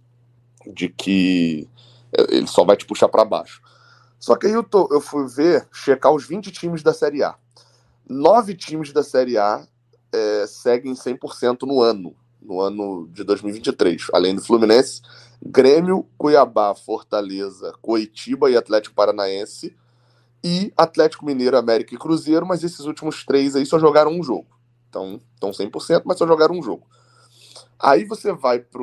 que ele só vai te puxar para baixo. Só que aí eu fui checar os 20 times da Série A. 9 times da Série A seguem 100% no ano de 2023. Além do Fluminense, Grêmio, Cuiabá, Fortaleza, Coritiba e Atlético Paranaense, e Atlético Mineiro, América e Cruzeiro, mas esses últimos 3 aí só jogaram um jogo. Então, estão 100%, mas só jogaram um jogo. Aí você vai para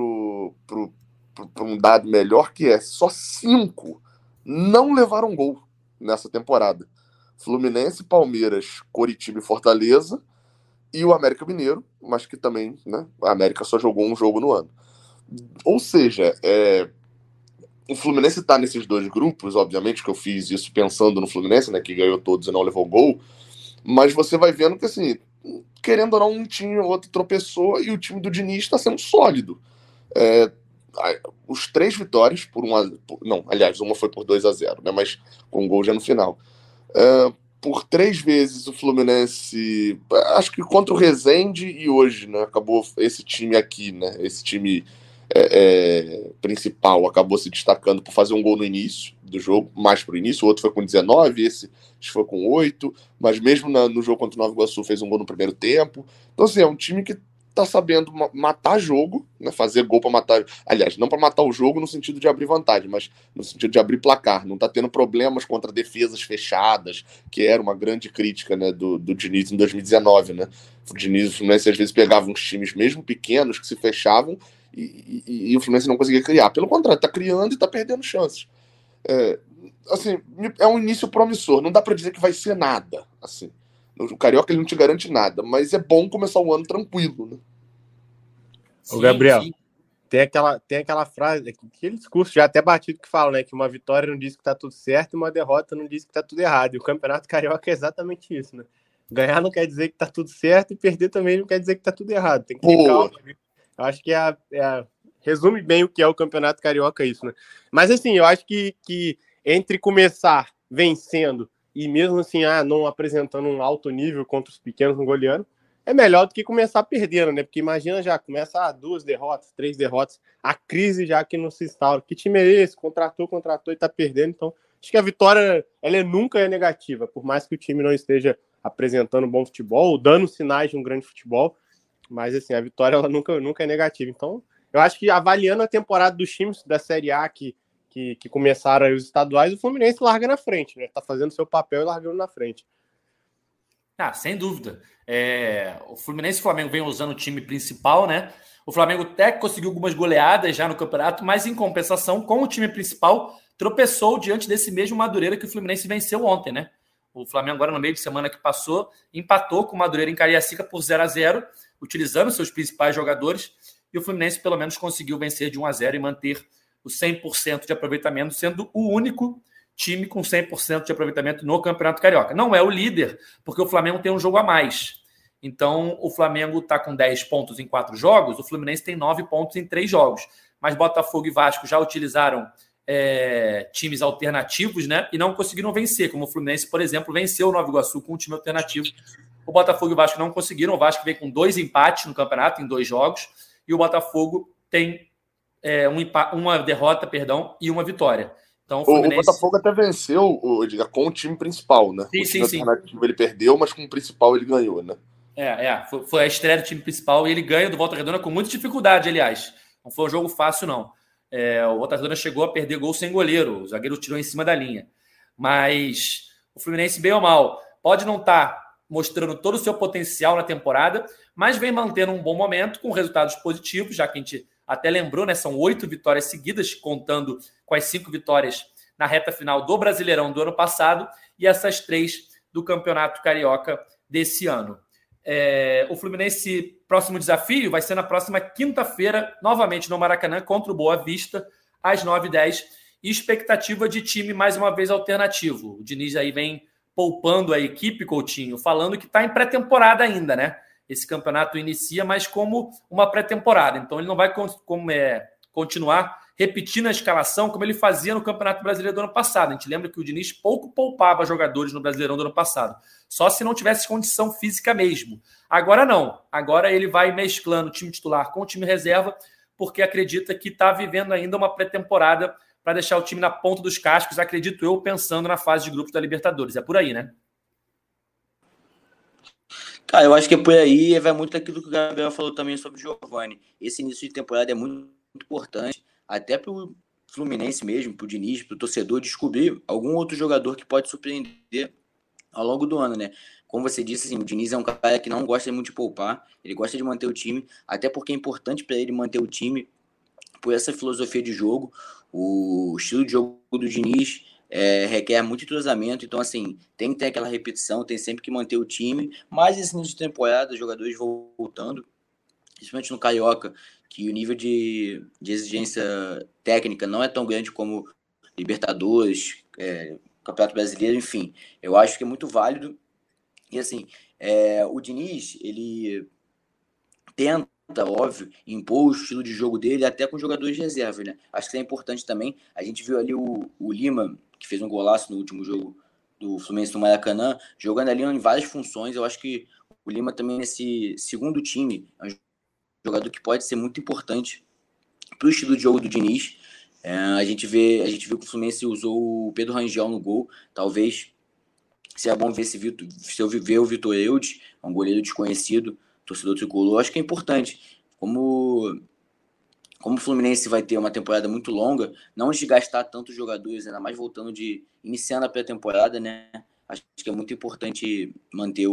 um dado melhor, que só 5 não levaram gol nessa temporada. Fluminense, Palmeiras, Coritiba e Fortaleza, e o América Mineiro, mas que também, né, a América só jogou um jogo no ano. Ou seja, o Fluminense está nesses 2 grupos, obviamente que eu fiz isso pensando no Fluminense, né, que ganhou todos e não levou gol, mas você vai vendo que, assim, querendo ou não, um time ou outro tropeçou, e o time do Diniz está sendo sólido. Os 3 vitórias aliás, uma foi por 2-0, né, mas com gol já no final. Por 3 vezes o Fluminense, acho que contra o Resende e hoje, né, acabou esse time aqui, né, esse time principal acabou se destacando por fazer um gol no início do jogo, mais pro início. O outro foi com 19, esse foi com 8, mas mesmo no jogo contra o Nova Iguaçu fez um gol no primeiro tempo. Então, assim, é um time que tá sabendo matar jogo, né? Fazer gol para matar. Aliás, não para matar o jogo no sentido de abrir vantagem, mas no sentido de abrir placar. Não tá tendo problemas contra defesas fechadas, que era uma grande crítica, né, do Diniz em 2019, né? O Diniz, o Fluminense às vezes pegava uns times mesmo pequenos que se fechavam e o Fluminense não conseguia criar. Pelo contrário, tá criando e tá perdendo chances. Assim, é um início promissor. Não dá para dizer que vai ser nada, assim. O Carioca ele não te garante nada, mas é bom começar o ano tranquilo, né? O Gabriel, sim. Tem aquela frase, aquele discurso já até batido que fala, né? Que uma vitória não diz que tá tudo certo e uma derrota não diz que tá tudo errado. E o Campeonato Carioca é exatamente isso, né? Ganhar não quer dizer que tá tudo certo e perder também não quer dizer que tá tudo errado. Tem que ter calma. Eu acho que resume bem o que é o Campeonato Carioca isso, né? Mas assim, eu acho que entre começar vencendo e mesmo assim, não apresentando um alto nível contra os pequenos no goleano, é melhor do que começar perdendo, né? Porque imagina já, começa 2 derrotas, 3 derrotas, a crise já que não se instaura. Que time é esse? Contratou e tá perdendo. Então, acho que a vitória, ela nunca é negativa, por mais que o time não esteja apresentando bom futebol, dando sinais de um grande futebol, mas assim, a vitória, ela nunca é negativa. Então, eu acho que avaliando a temporada dos times da Série A que começaram aí os estaduais, o Fluminense larga na frente, né? Tá fazendo seu papel e largando na frente. Sem dúvida. O Fluminense e o Flamengo vem usando o time principal, né? O Flamengo até conseguiu algumas goleadas já no campeonato, mas em compensação, com o time principal, tropeçou diante desse mesmo Madureira que o Fluminense venceu ontem, né? O Flamengo agora no meio de semana que passou, empatou com o Madureira em Cariacica por 0-0, utilizando seus principais jogadores, e o Fluminense pelo menos conseguiu vencer de 1-0 e manter o 100% de aproveitamento, sendo o único time com 100% de aproveitamento no Campeonato Carioca. Não é o líder, porque o Flamengo tem um jogo a mais. Então, o Flamengo está com 10 pontos em 4 jogos, o Fluminense tem 9 pontos em 3 jogos. Mas Botafogo e Vasco já utilizaram times alternativos, né? E não conseguiram vencer, como o Fluminense, por exemplo, venceu o Nova Iguaçu com um time alternativo. O Botafogo e o Vasco não conseguiram. O Vasco veio com 2 empates no campeonato, em 2 jogos, e o Botafogo tem uma derrota, e uma vitória. Então, o Fluminense... O Botafogo até venceu com o time principal, né? Sim. Alternativo ele perdeu, mas com o principal ele ganhou, né? Foi a estreia do time principal e ele ganha do Volta Redonda com muita dificuldade, aliás. Não foi um jogo fácil, não. O Volta Redonda chegou a perder gol sem goleiro. O zagueiro tirou em cima da linha. Mas o Fluminense, bem ou mal, pode não estar mostrando todo o seu potencial na temporada, mas vem mantendo um bom momento com resultados positivos, já que a gente até lembrou, né? São 8 vitórias seguidas, contando com as 5 vitórias na reta final do Brasileirão do ano passado e essas 3 do Campeonato Carioca desse ano. O Fluminense, próximo desafio vai ser na próxima quinta-feira, novamente no Maracanã, contra o Boa Vista, às 9h10. E expectativa de time, mais uma vez, alternativo. O Diniz aí vem poupando a equipe, Coutinho, falando que está em pré-temporada ainda, né? Esse campeonato inicia, mas como uma pré-temporada. Então, ele não vai continuar repetindo a escalação como ele fazia no Campeonato Brasileiro do ano passado. A gente lembra que o Diniz pouco poupava jogadores no Brasileirão do ano passado. Só se não tivesse condição física mesmo. Agora não. Agora ele vai mesclando o time titular com o time reserva, porque acredita que está vivendo ainda uma pré-temporada para deixar o time na ponta dos cascos, acredito eu, pensando na fase de grupos da Libertadores. É por aí, né? Cara, eu acho que é por aí, vai muito daquilo que o Gabriel falou também sobre o Giovani. Esse início de temporada é muito importante, até para o Fluminense mesmo, para o Diniz, para o torcedor, descobrir algum outro jogador que pode surpreender ao longo do ano, né? Como você disse, assim, o Diniz é um cara que não gosta muito de poupar, ele gosta de manter o time, até porque é importante para ele manter o time por essa filosofia de jogo. O estilo de jogo do Diniz requer muito entrosamento, então assim, tem que ter aquela repetição, tem sempre que manter o time, mas esse início de temporada, os jogadores voltando, principalmente no Carioca, que o nível de exigência técnica não é tão grande como Libertadores, Campeonato Brasileiro, enfim, eu acho que é muito válido. E assim, o Diniz, ele tenta, óbvio, impor o estilo de jogo dele até com jogadores de reserva, né? Acho que é importante também. A gente viu ali o Lima, que fez um golaço no último jogo do Fluminense no Maracanã, jogando ali em várias funções. Eu acho que o Lima também nesse segundo time é um jogador que pode ser muito importante para o estilo de jogo do Diniz. A gente viu que o Fluminense usou o Pedro Rangel no gol. Talvez seja bom ver se eu ver o Vitor Eudes, um goleiro desconhecido. torcedor tricolor, acho que é importante. Como o Fluminense vai ter uma temporada muito longa, não desgastar tantos jogadores, ainda mais iniciando a pré-temporada, né? Acho que é muito importante manter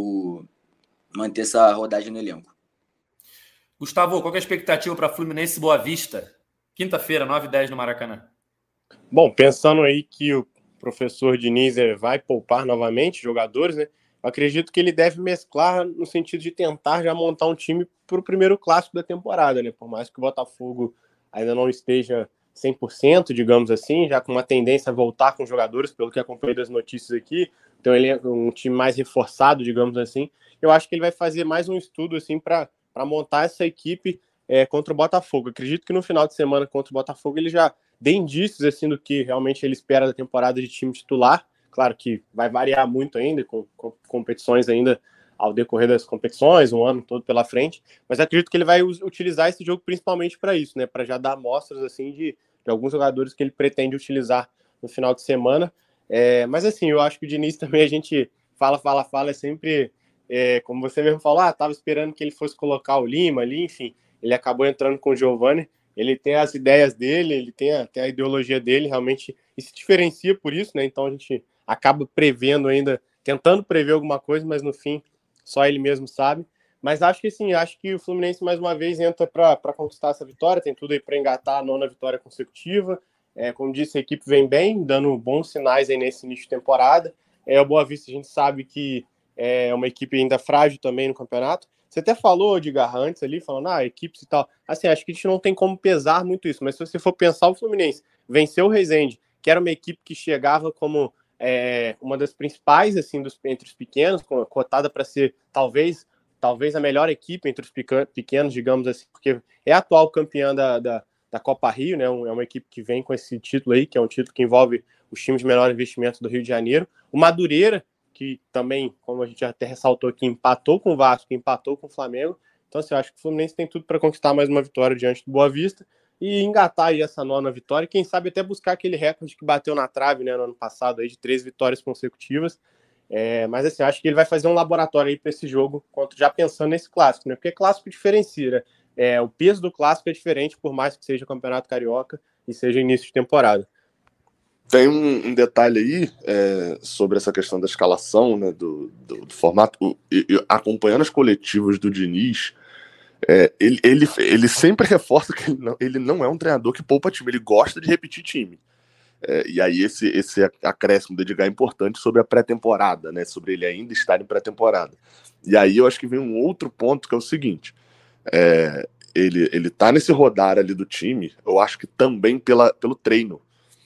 essa rodagem no elenco. Gustavo, qual que é a expectativa para Fluminense e Boa Vista? Quinta-feira, 9h10 no Maracanã. Bom, pensando aí que o professor Diniz vai poupar novamente jogadores, né? Eu acredito que ele deve mesclar no sentido de tentar já montar um time para o primeiro clássico da temporada, né? Por mais que o Botafogo ainda não esteja 100%, digamos assim, já com uma tendência a voltar com jogadores, pelo que acompanhei das notícias aqui, então ele é um time mais reforçado, digamos assim. Eu acho que ele vai fazer mais um estudo assim para montar essa equipe contra o Botafogo. Acredito que no final de semana contra o Botafogo ele já dê indícios assim do que realmente ele espera da temporada de time titular. Claro que vai variar muito ainda, com competições ainda ao decorrer das competições, um ano todo pela frente, mas acredito que ele vai utilizar esse jogo principalmente para isso, né? Para já dar amostras assim, de alguns jogadores que ele pretende utilizar no final de semana. Mas assim, eu acho que o Diniz também, a gente fala, é sempre, como você mesmo falou, estava esperando que ele fosse colocar o Lima ali, enfim, ele acabou entrando com o Giovani. Ele tem as ideias dele, ele tem até a ideologia dele, realmente, e se diferencia por isso, né? Então a gente acaba prevendo ainda, tentando prever alguma coisa, mas no fim só ele mesmo sabe. Mas acho que sim, acho que o Fluminense mais uma vez entra para conquistar essa vitória, tem tudo aí para engatar a 9ª vitória consecutiva. Como disse, a equipe vem bem, dando bons sinais aí nesse início de temporada. O Boa Vista a gente sabe que é uma equipe ainda frágil também no campeonato. Você até falou, Edgar, antes ali, falando, equipes e tal. Assim, acho que a gente não tem como pesar muito isso, mas se você for pensar, o Fluminense venceu o Resende, que era uma equipe que chegava como uma das principais, assim, entre os pequenos, cotada para ser talvez a melhor equipe entre os pequenos, digamos assim, porque é a atual campeã da Copa Rio, né? É uma equipe que vem com esse título aí, que é um título que envolve os times de menor investimento do Rio de Janeiro. O Madureira, que também, como a gente até ressaltou aqui, empatou com o Vasco, empatou com o Flamengo. Então, assim, eu acho que o Fluminense tem tudo para conquistar mais uma vitória diante do Boa Vista e engatar aí essa 9ª vitória, quem sabe até buscar aquele recorde que bateu na trave, né, no ano passado, aí, de 3 vitórias consecutivas. Mas, assim, acho que ele vai fazer um laboratório aí para esse jogo, já pensando nesse clássico, né, porque clássico diferencia, né? O peso do clássico é diferente, por mais que seja Campeonato Carioca e seja início de temporada. Tem um detalhe aí sobre essa questão da escalação, né, do formato. Acompanhando as coletivas do Diniz, ele sempre reforça que ele não é um treinador que poupa time, ele gosta de repetir time. E aí esse acréscimo do Edgar é importante sobre a pré-temporada, né, sobre ele ainda estar em pré-temporada. E aí eu acho que vem um outro ponto que é o seguinte, ele tá nesse rodar ali do time, eu acho que também pelo treino.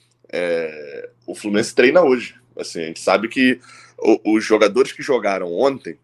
O Fluminense treina hoje. Assim, a gente sabe que os jogadores que jogaram ontem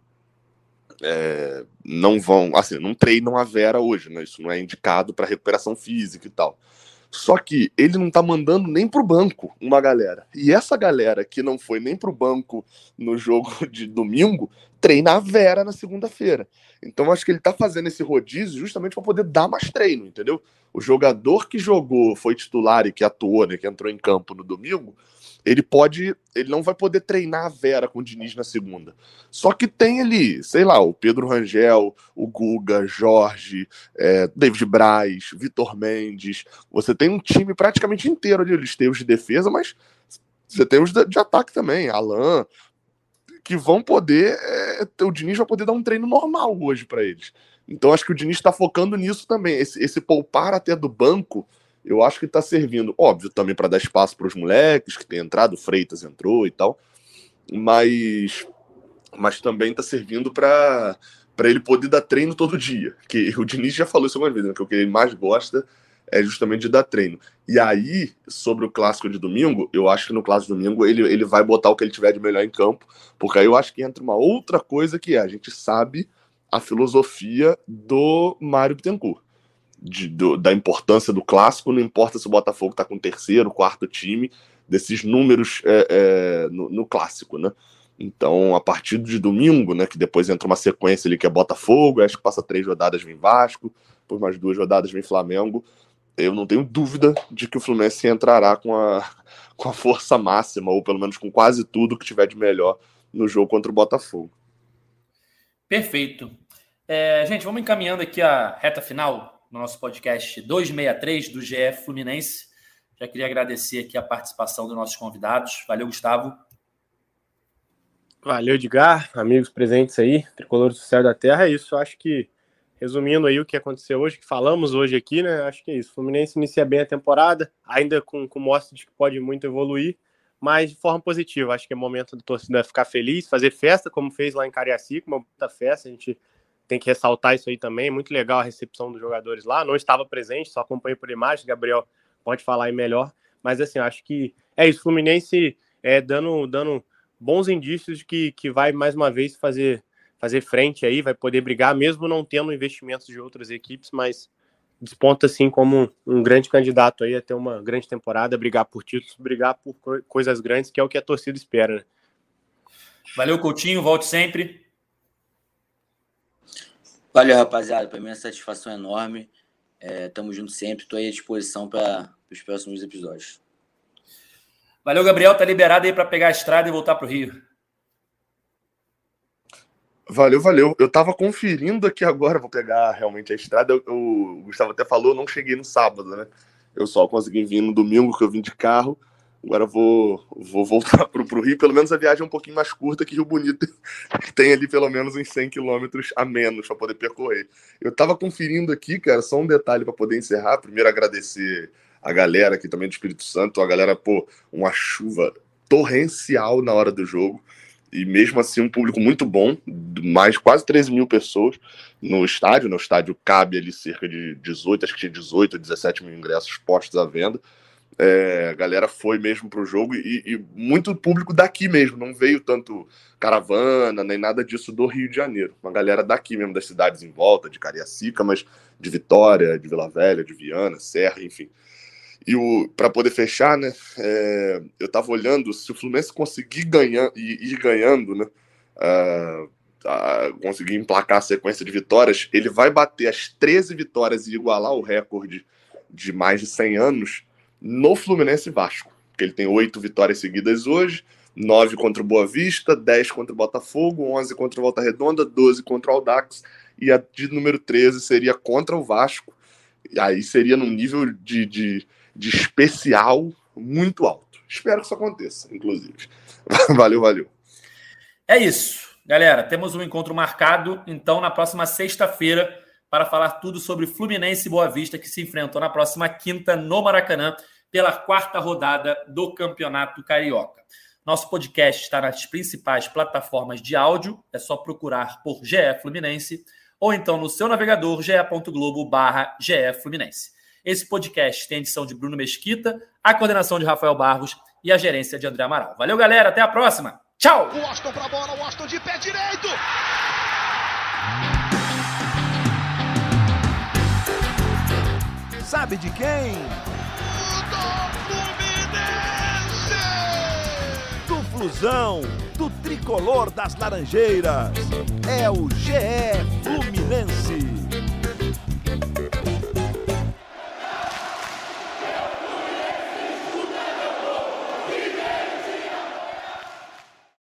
não vão, assim, não treinam a Vera hoje, né? Isso não é indicado para recuperação física e tal. Só que ele não tá mandando nem pro banco uma galera. E essa galera que não foi nem pro banco no jogo de domingo, treina a Vera na segunda-feira. Então acho que ele tá fazendo esse rodízio justamente para poder dar mais treino, entendeu? O jogador que jogou, foi titular e que atuou, né, que entrou em campo no domingo, ele não vai poder treinar a Vera com o Diniz na segunda. Só que tem ali, sei lá, o Pedro Rangel, o Guga, Jorge, David Braz, Vitor Mendes. Você tem um time praticamente inteiro ali. Eles têm os de defesa, mas você tem os de ataque também, Alan, que vão poder, o Diniz vai poder dar um treino normal hoje para eles. Então acho que o Diniz está focando nisso também. Esse poupar até do banco, eu acho que está servindo, óbvio, também para dar espaço para os moleques que tem entrado, o Freitas entrou e tal, mas também está servindo para ele poder dar treino todo dia. Que o Diniz já falou isso algumas vezes, né, que o que ele mais gosta é justamente de dar treino. E aí, sobre o clássico de domingo, eu acho que no clássico de domingo ele vai botar o que ele tiver de melhor em campo, porque aí eu acho que entra uma outra coisa que a gente sabe a filosofia do Mário Bittencourt. Da importância do clássico, não importa se o Botafogo está com o 3º, 4º time, desses números no clássico, né? Então, a partir de domingo, né, que depois entra uma sequência ali que é Botafogo, acho que passa 3 rodadas vem Vasco, depois mais 2 rodadas vem Flamengo, eu não tenho dúvida de que o Fluminense entrará com a força máxima, ou pelo menos com quase tudo que tiver de melhor no jogo contra o Botafogo. Perfeito. Gente, vamos encaminhando aqui a reta final do nosso podcast 263 do GE Fluminense. Já queria agradecer aqui a participação dos nossos convidados. Valeu, Gustavo. Valeu, Edgar, amigos presentes aí, tricolores do céu e da terra. É isso, acho que, resumindo aí o que aconteceu hoje, que falamos hoje aqui, né, acho que é isso. O Fluminense inicia bem a temporada, ainda com mostra de que pode muito evoluir, mas de forma positiva. Acho que é momento da torcida ficar feliz, fazer festa, como fez lá em Cariacica, uma muita festa. A gente tem que ressaltar isso aí também. Muito legal a recepção dos jogadores lá. Não estava presente, só acompanhei por imagem. Gabriel pode falar aí melhor. Mas, assim, acho que é isso. Fluminense dando bons indícios de que vai, mais uma vez, fazer frente aí, vai poder brigar, mesmo não tendo investimentos de outras equipes, mas desponta, assim, como um grande candidato aí a ter uma grande temporada, brigar por títulos, brigar por coisas grandes, que é o que a torcida espera, né? Valeu, Coutinho, volte sempre. Valeu, rapaziada, para mim a satisfação é enorme. Tamo junto sempre, estou aí à disposição para os próximos episódios. Valeu, Gabriel, tá liberado aí para pegar a estrada e voltar pro Rio. Valeu. Eu tava conferindo aqui agora, vou pegar realmente a estrada. O Gustavo até falou, eu não cheguei no sábado, né? Eu só consegui vir no domingo, que eu vim de carro. Agora vou voltar pro Rio. Pelo menos a viagem é um pouquinho mais curta que Rio Bonito, que tem ali pelo menos uns 100 quilômetros a menos para poder percorrer. Eu tava conferindo aqui, cara, só um detalhe para poder encerrar. Primeiro, agradecer a galera aqui também do Espírito Santo. A galera, uma chuva torrencial na hora do jogo. E mesmo assim, um público muito bom, mais quase 13 mil pessoas no estádio. No estádio cabe ali cerca de 18, acho que tinha 18 ou 17 mil ingressos postos à venda. A galera foi mesmo pro jogo e muito público daqui mesmo, não veio tanto caravana, nem nada disso do Rio de Janeiro. Uma galera daqui mesmo, das cidades em volta, de Cariacica, mas de Vitória, de Vila Velha, de Viana, Serra, enfim. E para poder fechar, né, eu tava olhando, se o Fluminense conseguir ir ganhando, né, conseguir emplacar a sequência de vitórias, ele vai bater as 13 vitórias e igualar o recorde de mais de 100 anos no Fluminense Vasco, porque ele tem 8 vitórias seguidas hoje, 9 contra o Boa Vista, 10 contra o Botafogo, 11 contra o Volta Redonda, 12 contra o Audax, e a de número 13 seria contra o Vasco, e aí seria num nível de especial muito alto. Espero que isso aconteça, inclusive. Valeu. É isso, galera. Temos um encontro marcado, então, na próxima sexta-feira, para falar tudo sobre Fluminense e Boa Vista, que se enfrentam na próxima quinta no Maracanã, pela 4ª rodada do Campeonato Carioca. Nosso podcast está nas principais plataformas de áudio, é só procurar por GE Fluminense, ou então no seu navegador, ge.globo/GE Fluminense. Esse podcast tem a edição de Bruno Mesquita, a coordenação de Rafael Barros e a gerência de André Amaral. Valeu, galera. Até a próxima. Tchau! O Washington pra bola, o Washington de pé direito! Sabe de quem? Do Flusão, do tricolor das Laranjeiras. É o GE Fluminense.